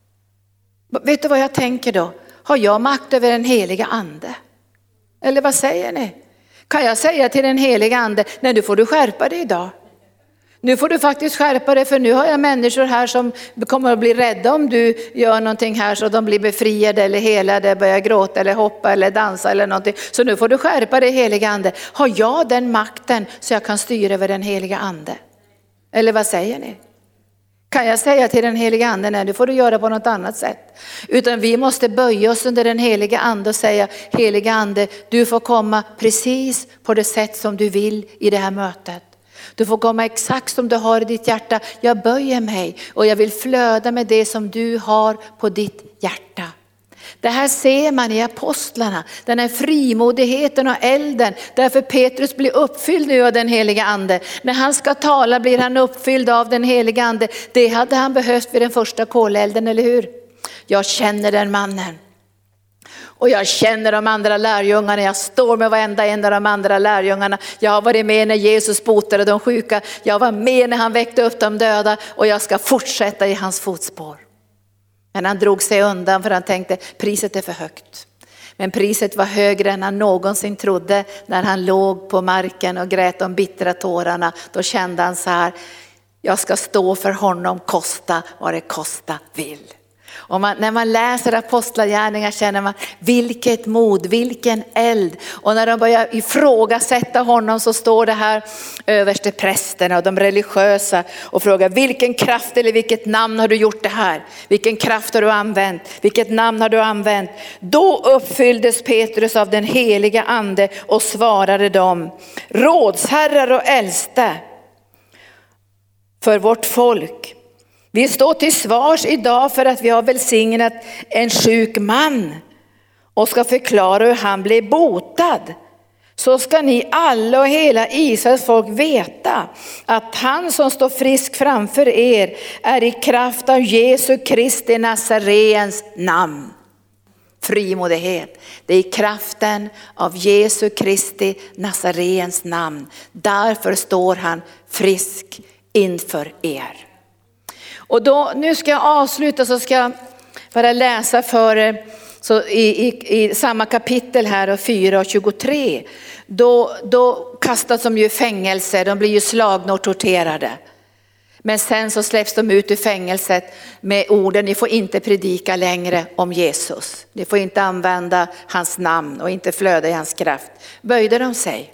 Vet du vad jag tänker då? Har jag makt över den heliga ande? Eller vad säger ni? Kan jag säga till den heliga ande, nej, nu får du skärpa dig idag. Nu får du faktiskt skärpa dig, för nu har jag människor här som kommer att bli rädda om du gör någonting här, så de blir befriade eller helade, börjar gråta eller hoppa eller dansa eller någonting. Så nu får du skärpa dig, heliga ande. Har jag den makten så jag kan styra över den heliga ande? Eller vad säger ni? Kan jag säga till den heliga ande, nej, du får du göra på något annat sätt. Utan vi måste böja oss under den heliga ande och säga, heliga ande, du får komma precis på det sätt som du vill i det här mötet. Du får komma exakt som du har i ditt hjärta. Jag böjer mig och jag vill flöda med det som du har på ditt hjärta. Det här ser man i apostlarna, den här frimodigheten och elden. Därför Petrus blir uppfylld nu av den heliga ande. När han ska tala blir han uppfylld av den heliga ande. Det hade han behövt vid den första kolelden, eller hur? Jag känner den mannen. Och jag känner de andra lärjungarna, jag står med varenda en av de andra lärjungarna. Jag har varit med när Jesus botade de sjuka, jag var med när han väckte upp de döda, och jag ska fortsätta i hans fotspår. Men han drog sig undan, för han tänkte, priset är för högt. Men priset var högre än han någonsin trodde. När han låg på marken och grät de bittra tårarna, då kände han så här, jag ska stå för honom, kosta vad det kosta vill. Och när man läser apostlagärningar känner man, vilket mod, vilken eld. Och när de börjar ifrågasätta honom, så står det här överste prästerna och de religiösa och frågar, vilken kraft eller vilket namn har du gjort det här? Vilken kraft har du använt? Vilket namn har du använt? Då uppfylldes Petrus av den heliga ande och svarade dem, rådsherrar och äldste för vårt folk. Vi står till svars idag för att vi har välsignat en sjuk man och ska förklara hur han blev botad. så ska ni alla och hela Israels folk veta att han som står frisk framför er är i kraft av Jesu Kristi Nazareens namn. Frimodighet. Det är i kraften av Jesu Kristi Nazareens namn. Därför står han frisk inför er. Och då, nu ska jag avsluta, så ska jag bara läsa för er. Så i samma kapitel här, 4:23, då kastas de ju i fängelse, de blir ju slagna och torterade. Men sen så släpps de ut ur fängelset med orden: ni får inte predika längre om Jesus. Ni får inte använda hans namn och inte flöda i hans kraft. Böjde de sig.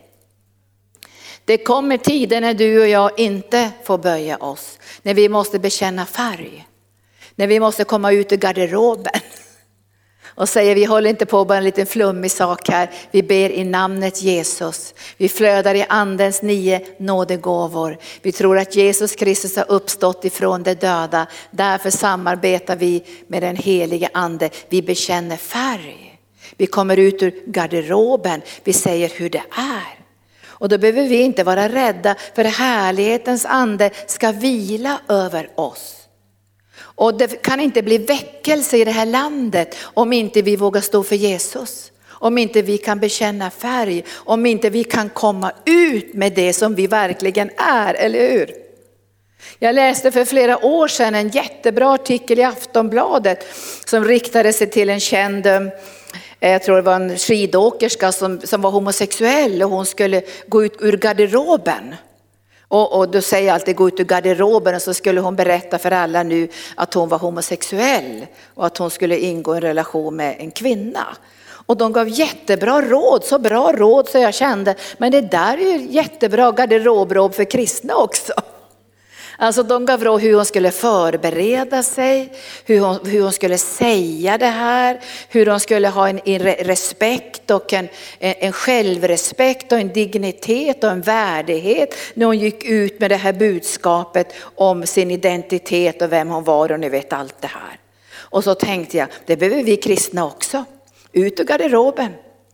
Det kommer tider när du och jag inte får böja oss. När vi måste bekänna färg. När vi måste komma ut ur garderoben. Och säger: vi håller inte på bara en liten flummig sak här. Vi ber i namnet Jesus. Vi flödar i andens 9 nådegåvor. Vi tror att Jesus Kristus har uppstått ifrån de döda. Därför samarbetar vi med den helige ande. Vi bekänner färg. Vi kommer ut ur garderoben. Vi säger hur det är. Och då behöver vi inte vara rädda, för härlighetens ande ska vila över oss. Och det kan inte bli väckelse i det här landet om inte vi vågar stå för Jesus. Om inte vi kan bekänna färg. Om inte vi kan komma ut med det som vi verkligen är, eller hur? Jag läste för flera år sedan en jättebra artikel i Aftonbladet som riktade sig till en känd, jag tror det var en skidåkerska som var homosexuell, och hon skulle gå ut ur garderoben. Och då säger jag alltid: gå ut ur garderoben, och så skulle hon berätta för alla nu att hon var homosexuell och att hon skulle ingå i en relation med en kvinna. Och de gav jättebra råd, så bra råd så jag kände, men det där är ju jättebra garderobråd för kristna också. Alltså de gav råd hur hon skulle förbereda sig, hur hon skulle säga det här, hur hon skulle ha en respekt och en självrespekt och en dignitet och en värdighet när hon gick ut med det här budskapet om sin identitet och vem hon var, och ni vet allt det här. Och så tänkte jag: det behöver vi kristna också. Ut ur garderoben.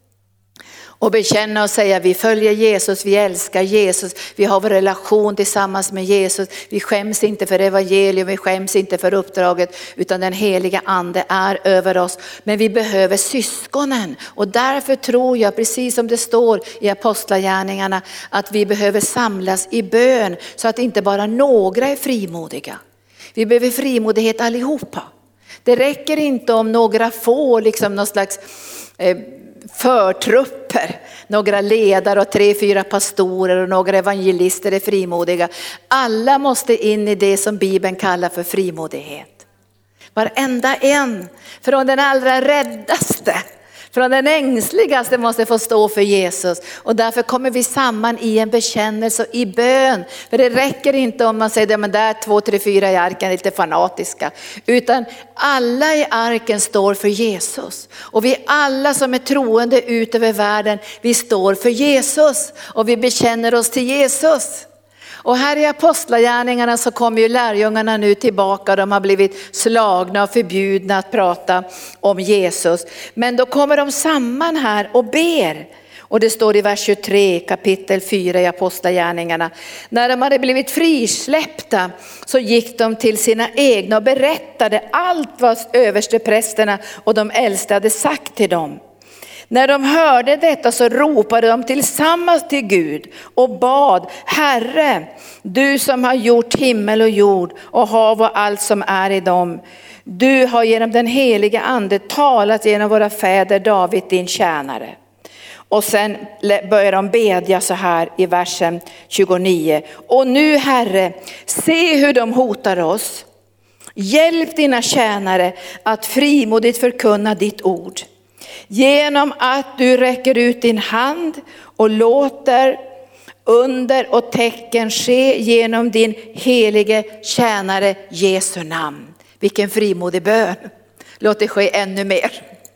Och bekänna och säga: vi följer Jesus, vi älskar Jesus, vi har vår relation tillsammans med Jesus. Vi skäms inte för evangelium, vi skäms inte för uppdraget, utan den heliga ande är över oss. Men vi behöver syskonen, och därför tror jag, precis som det står i apostlagärningarna, att vi behöver samlas i bön så att inte bara några är frimodiga. Vi behöver frimodighet allihopa. Det räcker inte om några få, liksom någon slags förtrupper, några ledare och 3-4 pastorer och några evangelister är frimodiga. Alla måste in i det som Bibeln kallar för frimodighet. Varenda en, från den allra räddaste, från den ängsligaste, måste få stå för Jesus. Och därför kommer vi samman i en bekännelse och i bön. För det räcker inte om man säger: men där 2, 3, 4 i arken är lite fanatiska. Utan alla i arken står för Jesus. Och vi alla som är troende ut över världen, vi står för Jesus. Och vi bekänner oss till Jesus. Och här i apostlagärningarna så kommer ju lärjungarna nu tillbaka. De har blivit slagna och förbjudna att prata om Jesus. Men då kommer de samman här och ber. Och det står i vers 23, kapitel 4 i apostlagärningarna: när de hade blivit frisläppta så gick de till sina egna och berättade allt vad översteprästerna och de äldste hade sagt till dem. När de hörde detta så ropade de tillsammans till Gud och bad: Herre, du som har gjort himmel och jord och hav och allt som är i dem. Du har genom den heliga ande talat genom våra fäder David, din tjänare. Och sen börjar de bedja så här i versen 29. Och nu, Herre, se hur de hotar oss. Hjälp dina tjänare att frimodigt förkunna ditt ord. Genom att du räcker ut din hand och låter under och tecken ske genom din helige tjänare Jesu namn. Vilken frimodig bön. Låt det ske ännu mer.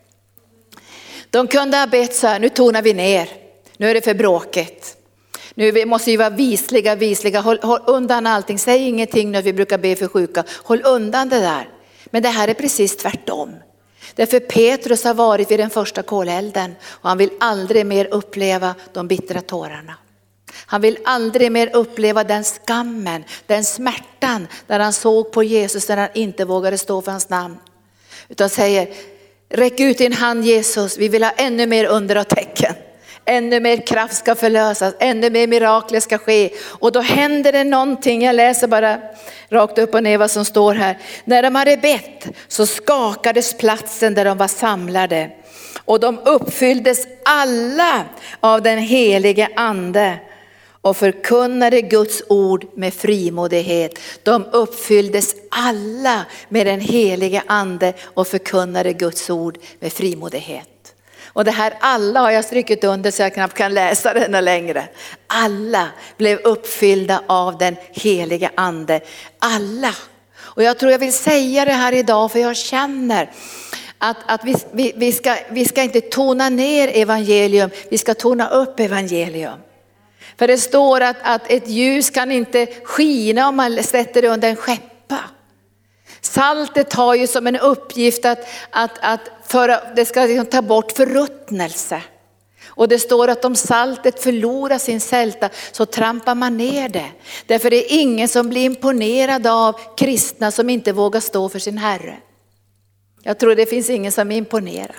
De kunde ha bett så här: nu tonar vi ner. Nu är det för bråkigt. Nu måste vi vara visliga. Håll undan allting. Säg ingenting när vi brukar be för sjuka. Håll undan det där. Men det här är precis tvärtom. Därför Petrus har varit vid den första kolelden och han vill aldrig mer uppleva de bittra tårarna. Han vill aldrig mer uppleva den skammen, den smärtan där han såg på Jesus när han inte vågade stå för hans namn. Utan säger, räck ut din hand Jesus, vi vill ha ännu mer under och tecken. Ännu mer kraft ska förlösas, ännu mer mirakler ska ske. Och då händer det någonting, jag läser bara rakt upp och ner vad som står här. När de hade bett så skakades platsen där de var samlade. Och de uppfylldes alla av den helige ande och förkunnade Guds ord med frimodighet. De uppfylldes alla med den helige ande och förkunnade Guds ord med frimodighet. Och det här alla har jag strykit under så jag knappt kan läsa det längre. Alla blev uppfyllda av den helige ande. Alla. Och jag tror jag vill säga det här idag för jag känner att vi ska inte tona ner evangelium. Vi ska tona upp evangelium. För det står att ett ljus kan inte skina om man sätter det under en skeppa. Saltet har ju som en uppgift det ska liksom ta bort förruttnelse. Och det står att om saltet förlorar sin sälta så trampar man ner det. Därför det är ingen som blir imponerad av kristna som inte vågar stå för sin Herre. Jag tror det finns ingen som är imponerad.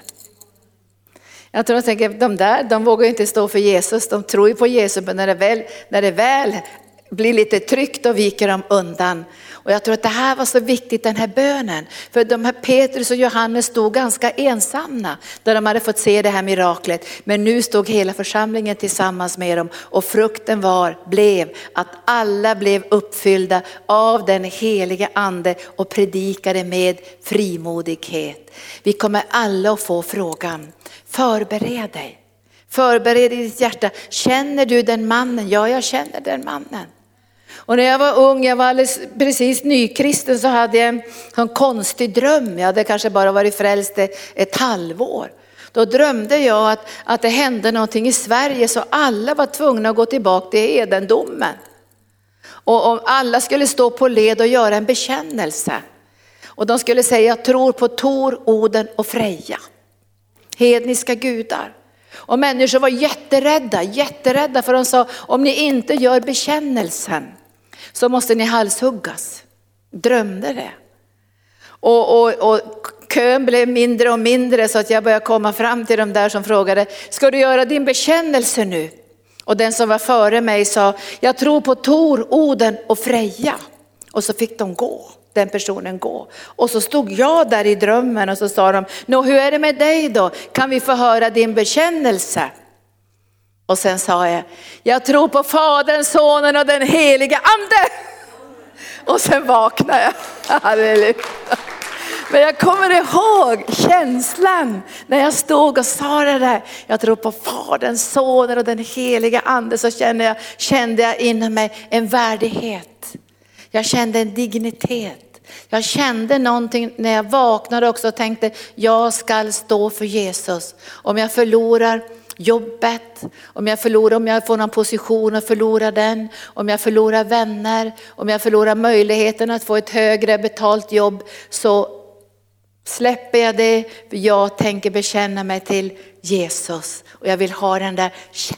Jag tror att de vågar inte stå för Jesus. De tror ju på Jesus, men när det väl blir lite tryckt då viker de undan. Och jag tror att det här var så viktigt, den här bönen. För de här Petrus och Johannes stod ganska ensamma där de hade fått se det här miraklet. Men nu stod hela församlingen tillsammans med dem. Och frukten blev att alla blev uppfyllda av den heliga ande och predikade med frimodighet. Vi kommer alla att få frågan, förbered dig. Förbered i ditt hjärta. Känner du den mannen? Ja, jag känner den mannen. Och när jag var ung, jag var precis nykristen, så hade jag en konstig dröm. Jag hade kanske bara varit frälst ett halvår. Då drömde jag att det hände någonting i Sverige så alla var tvungna att gå tillbaka till hedendomen. Och alla skulle stå på led och göra en bekännelse. Och de skulle säga, jag tror på Tor, Oden och Freja. Hedniska gudar. Och människor var jätterädda för de sa, om ni inte gör bekännelsen så måste ni halshuggas. Drömde det. Och kön blev mindre och mindre så att jag började komma fram till de där som frågade, ska du göra din bekännelse nu? Och den som var före mig sa, jag tror på Tor, Oden och Freja. Och så fick de gå. Den personen gå. Och så stod jag där i drömmen och så sa de, hur är det med dig då? Kan vi få höra din bekännelse? Och sen sa jag tror på Fadern, Sonen och den heliga ande. Och sen vaknade jag. Halleluja. Men jag kommer ihåg känslan när jag stod och sa det där. Jag tror på Fadern, Sonen och den heliga ande. Så kände jag inom mig en värdighet. Jag kände en dignitet. Jag kände någonting när jag vaknade också och tänkte, jag ska stå för Jesus. Om jag förlorar jobbet, om jag får någon position och förlorar den, om jag förlorar vänner, om jag förlorar möjligheten att få ett högre betalt jobb, så släpper jag det. Jag tänker bekänna mig till Jesus och jag vill ha den där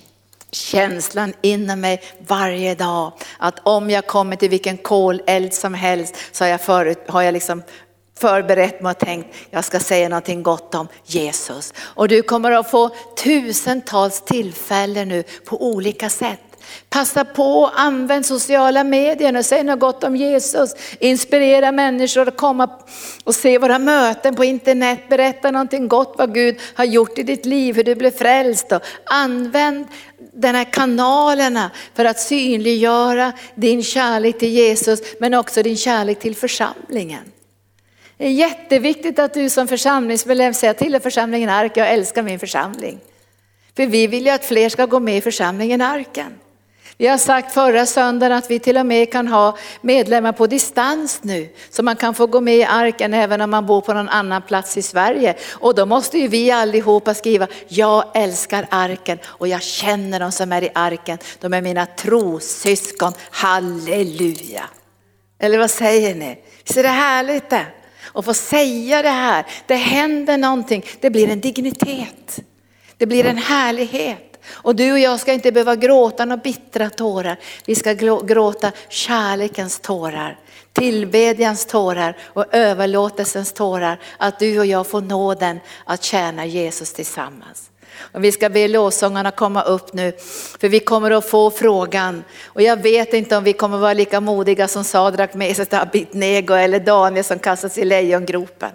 känslan inom mig varje dag, att om jag kommer till vilken koleld som helst så har jag liksom förberett mig och tänkt, jag ska säga någonting gott om Jesus. Och du kommer att få tusentals tillfällen nu på olika sätt. Passa på, använd sociala medier och säg något gott om Jesus. Inspirera människor att komma och se våra möten på internet. Berätta någonting gott vad Gud har gjort i ditt liv, hur du blev frälst. Och använd den här kanalerna för att synliggöra din kärlek till Jesus, men också din kärlek till församlingen. Det är jätteviktigt att du som församlingsmedlem säger till församlingen Ark, jag älskar min församling. För vi vill ju att fler ska gå med i församlingen Arken. Vi har sagt förra söndagen att vi till och med kan ha medlemmar på distans nu. Så man kan få gå med i Arken även om man bor på någon annan plats i Sverige. Och då måste ju vi allihopa skriva, jag älskar Arken och jag känner de som är i Arken. De är mina trossyskon, halleluja. Eller vad säger ni? Så är det härligt det? Och få säga det här, det händer någonting, det blir en dignitet. Det blir en härlighet. Och du och jag ska inte behöva gråta några bittra tårar. Vi ska gråta kärlekens tårar, tillbedjans tårar och överlåtelsens tårar. Att du och jag får nåden att tjäna Jesus tillsammans. Och vi ska be lovsångarna komma upp nu, för vi kommer att få frågan. Och jag vet inte om vi kommer att vara lika modiga som Sadrak, Mesak och Abednego eller Daniel som kastas i lejongropen.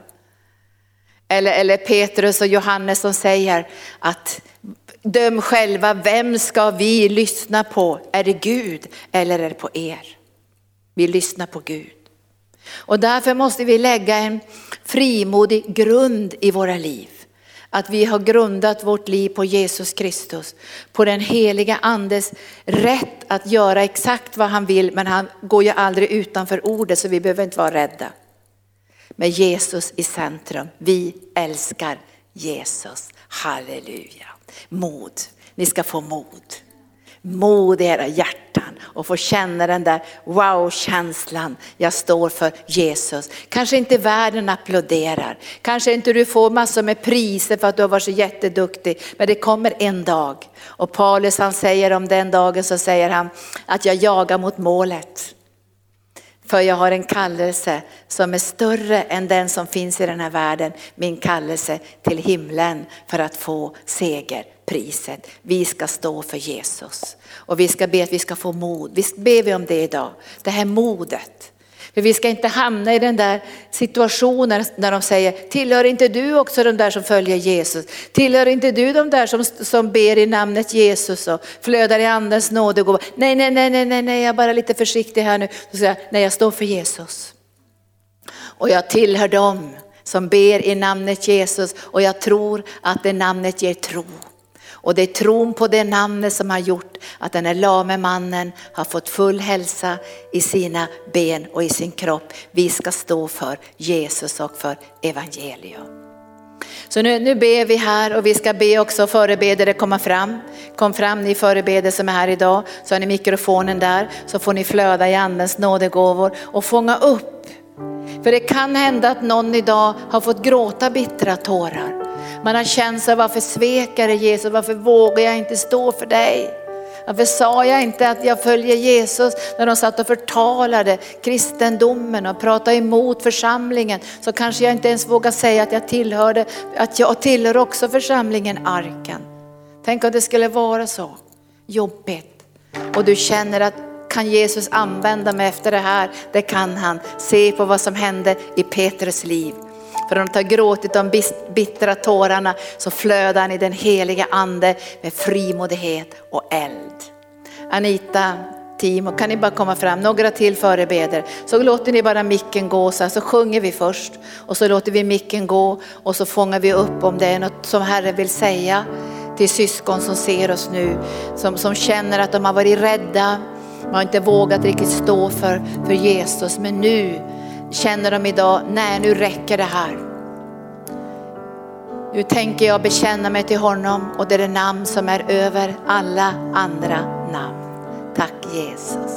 Eller Petrus och Johannes som säger att döm själva, vem ska vi lyssna på? Är det Gud eller är det på er? Vi lyssnar på Gud. Och därför måste vi lägga en frimodig grund i våra liv. Att vi har grundat vårt liv på Jesus Kristus. På den heliga andes rätt att göra exakt vad han vill. Men han går ju aldrig utanför ordet, så vi behöver inte vara rädda. Med Jesus i centrum. Vi älskar Jesus. Halleluja. Mod. Ni ska få mod. Mod i era hjärtan och få känna den där wow-känslan. Jag står för Jesus. Kanske inte världen applåderar. Kanske inte du får massor med priser för att du har varit så jätteduktig. Men det kommer en dag. Och Paulus, han säger om den dagen, så säger han att jag jagar mot målet. För jag har en kallelse som är större än den som finns i den här världen. Min kallelse till himlen för att få segerpriset. Vi ska stå för Jesus. Och vi ska be att vi ska få mod. Vi ber om det idag. Det här modet. För vi ska inte hamna i den där situationen när de säger, tillhör inte du också de där som följer Jesus? Tillhör inte du de där som ber i namnet Jesus och flödar i andens nåd och går? Nej, jag är bara lite försiktig här nu. Så säger jag, nej, jag står för Jesus. Och jag tillhör dem som ber i namnet Jesus, och jag tror att det namnet ger tro. Och det är tron på det namnet som har gjort att den här lame mannen har fått full hälsa i sina ben och i sin kropp. Vi ska stå för Jesus och för evangelium. Så nu ber vi här, och vi ska be också förebedare komma fram. Kom fram ni förebedare som är här idag, så har ni mikrofonen där, så får ni flöda i andens nådegåvor och fånga upp. För det kan hända att någon idag har fått gråta bittra tårar. Man har känt sig, varför svekar Jesus? Varför vågar jag inte stå för dig? Varför sa jag inte att jag följer Jesus när de satt och förtalade kristendomen och pratade emot församlingen? Så kanske jag inte ens vågar säga att jag tillhör också församlingen Arken. Tänk om det skulle vara så jobbigt. Och du känner att kan Jesus använda mig efter det här? Det kan han. Se på vad som hände i Petrus liv. För de har gråtit de bittra tårarna, så flödar han i den heliga ande med frimodighet och eld. Anita, Timo, kan ni bara komma fram? Några till förebeder. Så låter ni bara micken gå, så sjunger vi först. Och så låter vi micken gå, och så fångar vi upp om det är något som Herren vill säga till syskon som ser oss nu. Som känner att de har varit rädda. De har inte vågat riktigt stå för Jesus. Men nu känner de idag, nej, nu räcker det här. Nu tänker jag bekänna mig till honom, och det är det namn som är över alla andra namn. Tack Jesus.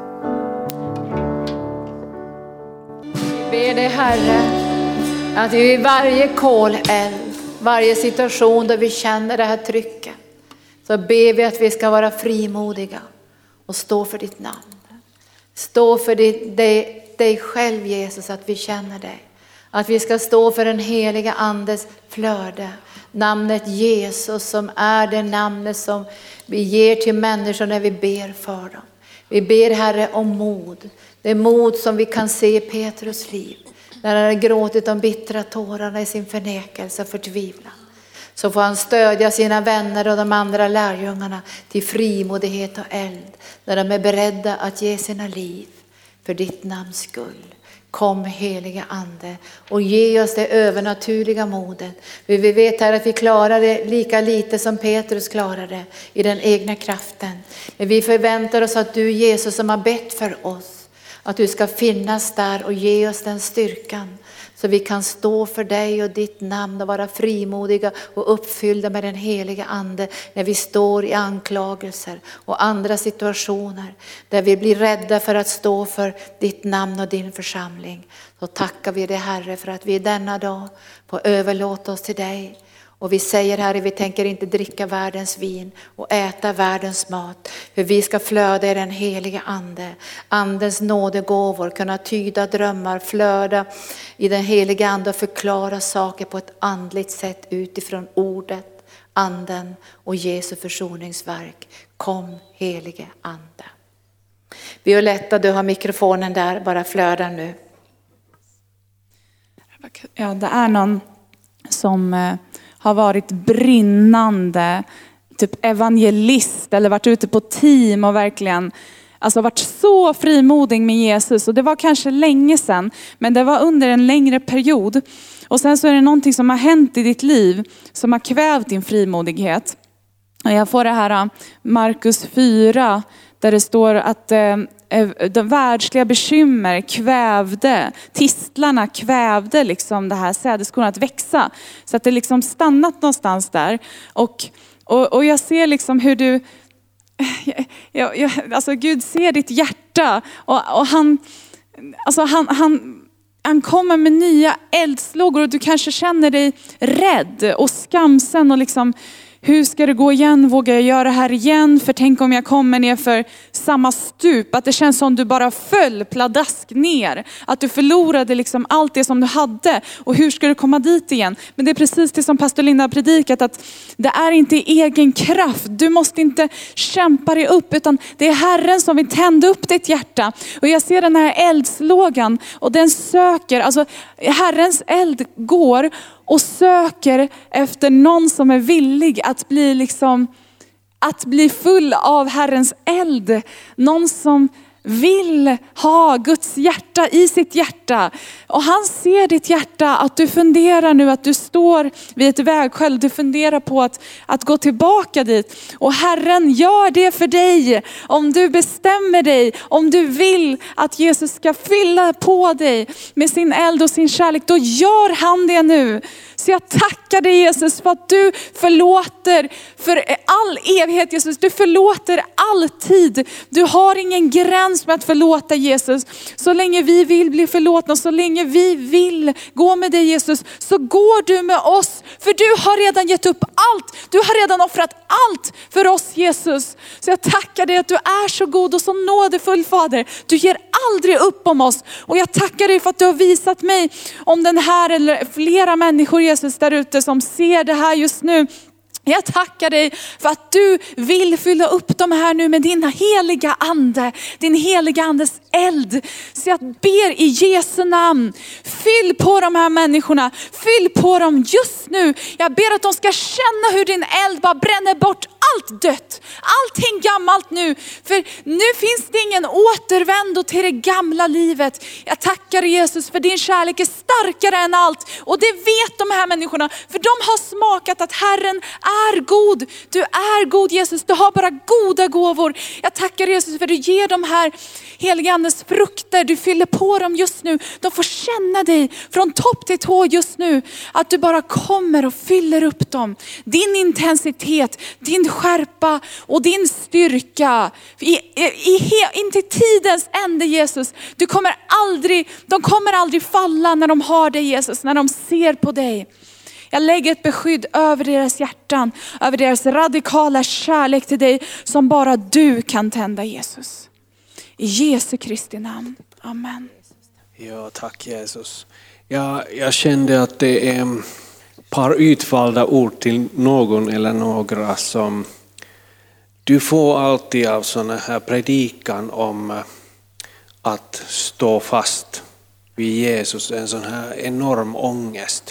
Vi ber dig Herre att vi i varje koleld, varje situation där vi känner det här trycket, så ber vi att vi ska vara frimodiga och stå för ditt namn. Stå för dig själv Jesus, att vi känner dig. Att vi ska stå för den heliga andes flöde. Namnet Jesus som är det namnet som vi ger till människor när vi ber för dem. Vi ber Herre om mod. Det är mod som vi kan se i Petrus liv. När han har gråtit de bittra tårarna i sin förnekelse och förtvivlan. Så får han stödja sina vänner och de andra lärjungarna till frimodighet och eld. När de är beredda att ge sina liv för ditt namns skull. Kom heliga ande och ge oss det övernaturliga modet. Vi vet här att vi klarar det lika lite som Petrus klarade i den egna kraften. Men vi förväntar oss att du Jesus som har bett för oss, Att du ska finnas där och ge oss den styrkan. Så vi kan stå för dig och ditt namn och vara frimodiga och uppfyllda med den heliga ande. När vi står i anklagelser och andra situationer. Där vi blir rädda för att stå för ditt namn och din församling. Så tackar vi dig Herre för att vi denna dag får överlåta oss till dig. Och vi säger Herre, vi tänker inte dricka världens vin och äta världens mat. För vi ska flöda i den heliga ande. Andens nådegåvor, kunna tyda drömmar, flöda i den heliga ande och förklara saker på ett andligt sätt utifrån ordet, anden och Jesu försoningsverk. Kom helige ande. Violetta, du har mikrofonen där, bara flöda nu. Ja, det är någon som har varit brinnande typ evangelist eller varit ute på team och verkligen alltså varit så frimodig med Jesus. Och det var kanske länge sedan, men det var under en längre period. Och sen så är det någonting som har hänt i ditt liv som har kvävt din frimodighet. Och jag får det här Markus 4 där det står att de världsliga bekymmer kvävde, tistlarna kvävde liksom det här sädeskornet att växa. Så att det liksom stannat någonstans där. Och jag ser liksom hur du, alltså Gud ser ditt hjärta och han kommer med nya eldslågor och du kanske känner dig rädd och skamsen och liksom, hur ska det gå igen? Vågar jag göra det här igen? För tänk om jag kommer ner för samma stup. Att det känns som du bara föll pladask ner. Att du förlorade liksom allt det som du hade. Och hur ska du komma dit igen? Men det är precis det som pastor Linda har predikat. Att det är inte i egen kraft. Du måste inte kämpa dig upp. Utan det är Herren som vill tända upp ditt hjärta. Och jag ser den här eldslågan. Och den söker. Alltså Herrens eld går och söker efter någon som är villig att bli liksom, att bli full av Herrens eld. Någon som vill ha Guds hjärta i sitt hjärta. Och han ser ditt hjärta, att du funderar nu, att du står vid ett vägskäl. Du funderar på att gå tillbaka dit. Och Herren gör det för dig. Om du bestämmer dig, om du vill att Jesus ska fylla på dig med sin eld och sin kärlek, då gör han det nu. Så jag tackar dig Jesus för att du förlåter för all evighet Jesus. Du förlåter alltid. Du har ingen gräns med att förlåta Jesus. Så länge vi vill bli förlåtna, så länge vi vill gå med dig Jesus, så går du med oss. För du har redan gett upp allt. Du har redan offrat allt för oss Jesus. Så jag tackar dig att du är så god och så nådefull Fader. Du ger aldrig upp om oss. Och jag tackar dig för att du har visat mig om den här eller flera människor Jesus där ute som ser det här just nu. Jag tackar dig för att du vill fylla upp dem här nu med din heliga ande. Din heliga andes eld. Så jag ber i Jesu namn. Fyll på de här människorna. Fyll på dem just nu. Jag ber att de ska känna hur din eld bara bränner bort allt dött. Allting gammalt nu. För nu finns det ingen återvändo till det gamla livet. Jag tackar Jesus för din kärlek är starkare än allt. Och det vet de här människorna. För de har smakat att Herren är god. Du är god Jesus. Du har bara goda gåvor. Jag tackar Jesus för att du ger de här heliga andes frukter. Du fyller på dem just nu. De får känna dig från topp till tå just nu. Att du bara kommer och fyller upp dem. Din intensitet, din skärpa och din styrka. In till tidens ände Jesus. De kommer aldrig falla när de har dig Jesus. När de ser på dig. Jag lägger ett beskydd över deras hjärtan. Över deras radikala kärlek till dig. Som bara du kan tända Jesus. I Jesu Kristi namn. Amen. Ja, tack Jesus. Jag kände att det är ett par utvalda ord till någon eller några som du får alltid av såna här predikan om att stå fast vid Jesus. En sån här enorm ångest.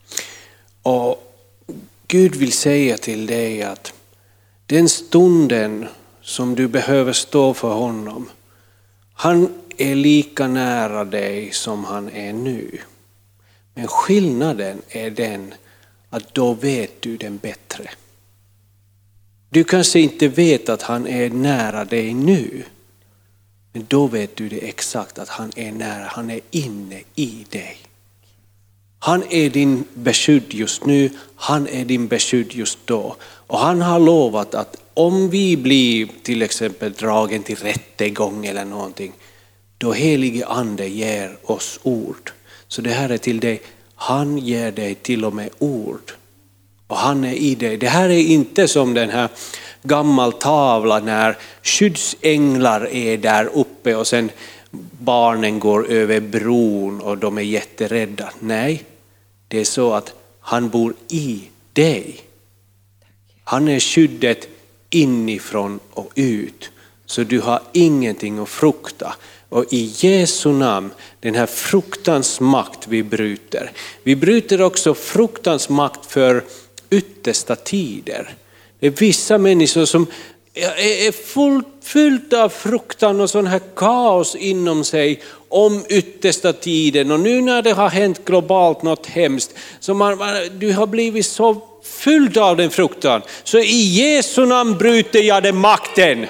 Och Gud vill säga till dig att den stunden som du behöver stå för honom, han är lika nära dig som han är nu. Men skillnaden är den att då vet du den bättre. Du kanske inte vet att han är nära dig nu. Men då vet du det exakt att han är nära, han är inne i dig. Han är din beskydd just nu, han är din beskydd just då. Och han har lovat att om vi blir till exempel dragen till rättegång eller någonting, då helige ande ger oss ord. Så det här är till dig, han ger dig till och med ord. Och han är i dig. Det här är inte som den här gammal tavla när skyddsänglar är där uppe och sen barnen går över bron och de är jätterädda. Nej, det är så att han bor i dig. Han är skyddet inifrån och ut. Så du har ingenting att frukta. Och i Jesu namn, den här fruktans makt vi bryter. Vi bryter också fruktans makt för yttersta tider. Det är vissa människor som är fullt av fruktan och sån här kaos inom sig om yttersta tiden. Och nu när det har hänt globalt något hemskt, så du har blivit så fylld av den fruktan. Så i Jesu namn bryter jag den makten.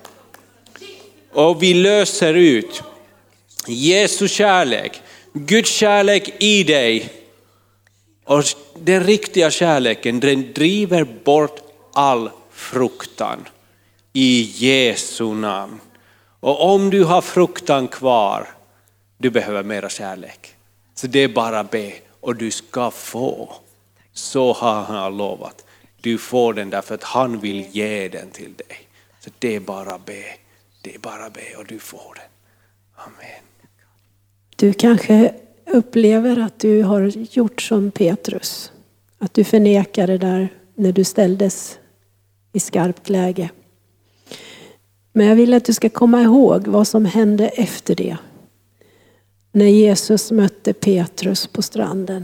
Och vi löser ut Jesu kärlek, Guds kärlek i dig. Och den riktiga kärleken, den driver bort all fruktan i Jesu namn. Och om du har fruktan kvar, du behöver mera kärlek. Så det är bara be och du ska få. Så har han lovat. Du får den därför att han vill ge den till dig. Så det är bara be. Det är bara be och du får den. Amen. Du kanske upplever att du har gjort som Petrus. Att du förnekade där när du ställdes i skarpt läge. Men jag vill att du ska komma ihåg vad som hände efter det. När Jesus mötte Petrus på stranden,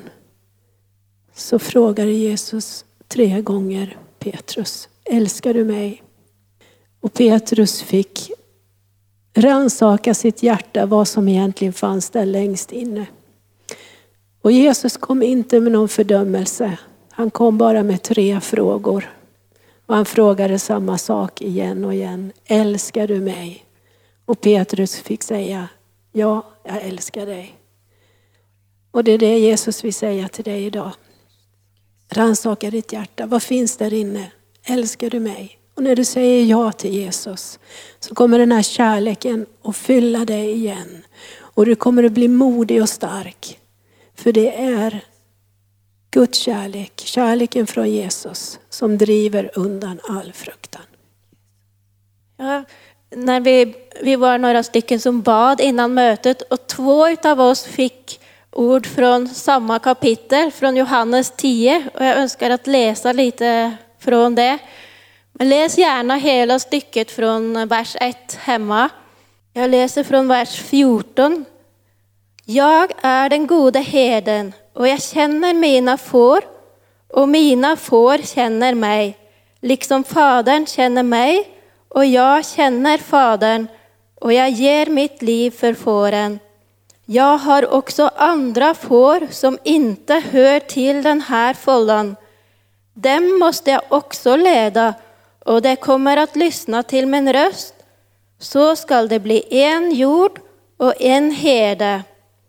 så frågade Jesus 3 gånger Petrus: älskar du mig? Och Petrus fick rannsaka sitt hjärta, vad som egentligen fanns där längst inne. Och Jesus kom inte med någon fördömelse. Han kom bara med 3 frågor. Och han frågade samma sak igen och igen: älskar du mig? Och Petrus fick säga: ja, jag älskar dig. Och det är det Jesus vill säga till dig idag. Rannsaka ditt hjärta. Vad finns där inne? Älskar du mig? Och när du säger ja till Jesus, så kommer den här kärleken att fylla dig igen. Och du kommer att bli modig och stark. För det är Guds kärlek, kärleken från Jesus, som driver undan all fruktan. Ja, när vi var några stycken som bad innan mötet, och 2 av oss fick ord från samma kapitel, från Johannes 10. Och jag önskar att läsa lite från det. Men läs gärna hela stycket från vers 1 hemma. Jag läser från vers 14. Jag är den gode herden, och jag känner mina får, och mina får känner mig, liksom Fadern känner mig, och jag känner Fadern, och jag ger mitt liv för fåren. Jag har också andra får som inte hör till den här fållan. Dem måste jag också leda, och det kommer att lyssna till min röst. Så skall det bli en jord och en herde.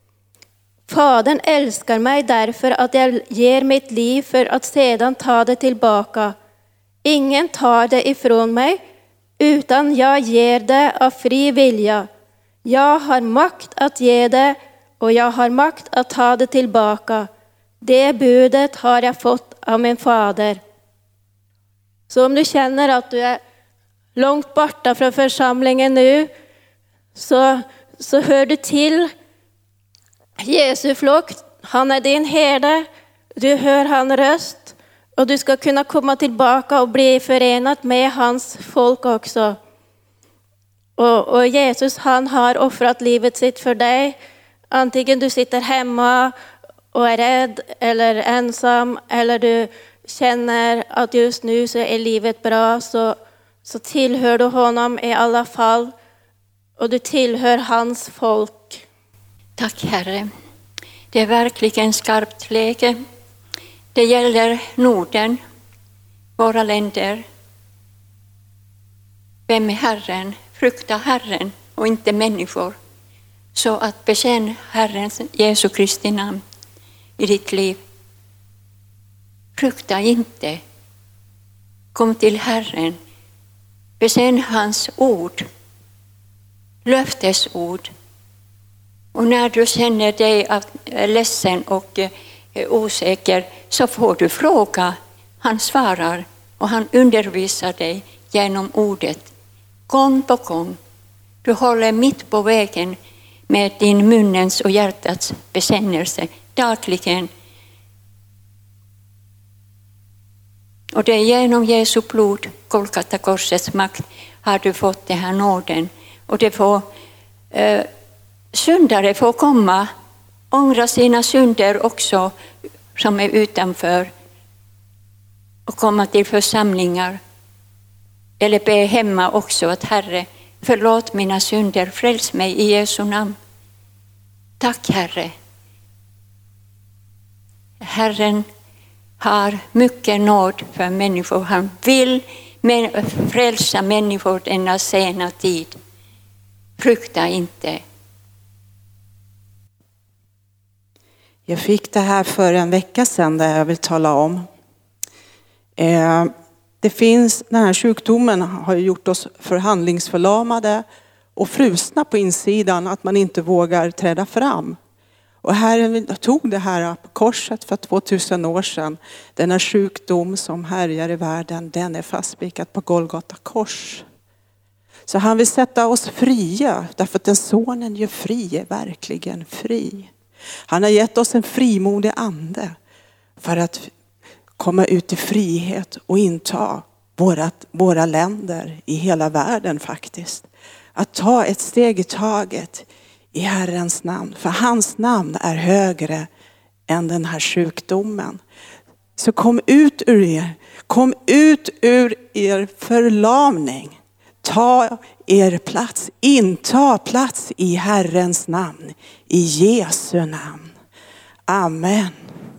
Fadern älskar mig därför att jag ger mitt liv för att sedan ta det tillbaka. Ingen tar det ifrån mig, utan jag ger det av fri vilja. Jag har makt att ge det, och jag har makt att ta det tillbaka. Det budet har jag fått av min fader. Så om du känner att du är långt borta från församlingen nu, så hör du till Jesu flock. Han är din herde. Du hör hans röst, och du ska kunna komma tillbaka och bli förenad med hans folk också. Och Jesus, han har offrat livet sitt för dig. Antingen du sitter hemma och är rädd eller ensam, eller du känner att just nu så är livet bra, så tillhör du honom i alla fall. Och du tillhör hans folk. Tack Herre. Det är verkligen skarpt läge. Det gäller Norden, våra länder. Vem är Herren? Frukta Herren och inte människor. Så att bekänn Herrens Jesu Kristi namn i ditt liv. Frukta inte. Kom till Herren. Bekänn hans ord. Löftesord. Och när du känner dig ledsen och osäker så får du fråga. Han svarar och han undervisar dig genom ordet. Gång på gång. Du håller mitt på vägen med din munnens och hjärtats bekännelse dagligen. Och det är genom Jesu blod, Golgata korsets makt, har du fått den här nåden. Och det får, syndare får komma, ångra sina synder också som är utanför. Och komma till församlingar. Eller be hemma också att Herre, förlåt mina synder, fräls mig i Jesu namn. Tack Herre. Herren har mycket nåd för människor. Han vill frälsa människor denna sena tid. Frukta inte. Jag fick det här för en vecka sedan där jag vill tala om. Det finns, den här sjukdomen har gjort oss förhandlingsförlamade och frusna på insidan att man inte vågar träda fram. Och Herren tog det här på korset för 2000 år sedan. Denna sjukdom som härjar i världen, den är fastspikad på Golgata kors. Så han vill sätta oss fria, därför att den sonen gör fri är verkligen fri. Han har gett oss en frimodig ande för att komma ut i frihet och inta våra länder i hela världen faktiskt. Att ta ett steg i taget i Herrens namn. För hans namn är högre än den här sjukdomen. Så kom ut ur er. Kom ut ur er förlamning. Ta er plats. Inta plats i Herrens namn. I Jesu namn. Amen.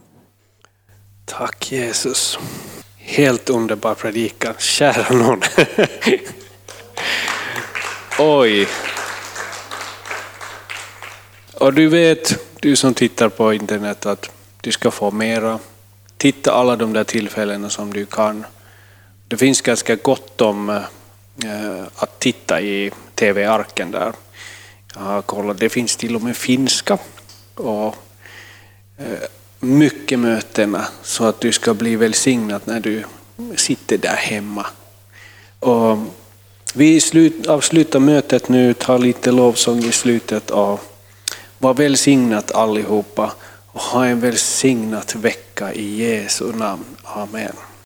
Tack Jesus. Helt underbar predikan. Kära någon. Oj. Och du vet, du som tittar på internet, att du ska få mera. Titta alla de där tillfällena som du kan. Det finns ganska gott om att titta i TV-arken där. Jag har kollat, det finns till och med finska. Och mycket mötena så att du ska bli välsignad när du sitter där hemma. Och vi avslutar mötet nu, tar lite lovsång i slutet av. Var välsignat allihopa och ha en välsignat vecka i Jesu namn. Amen.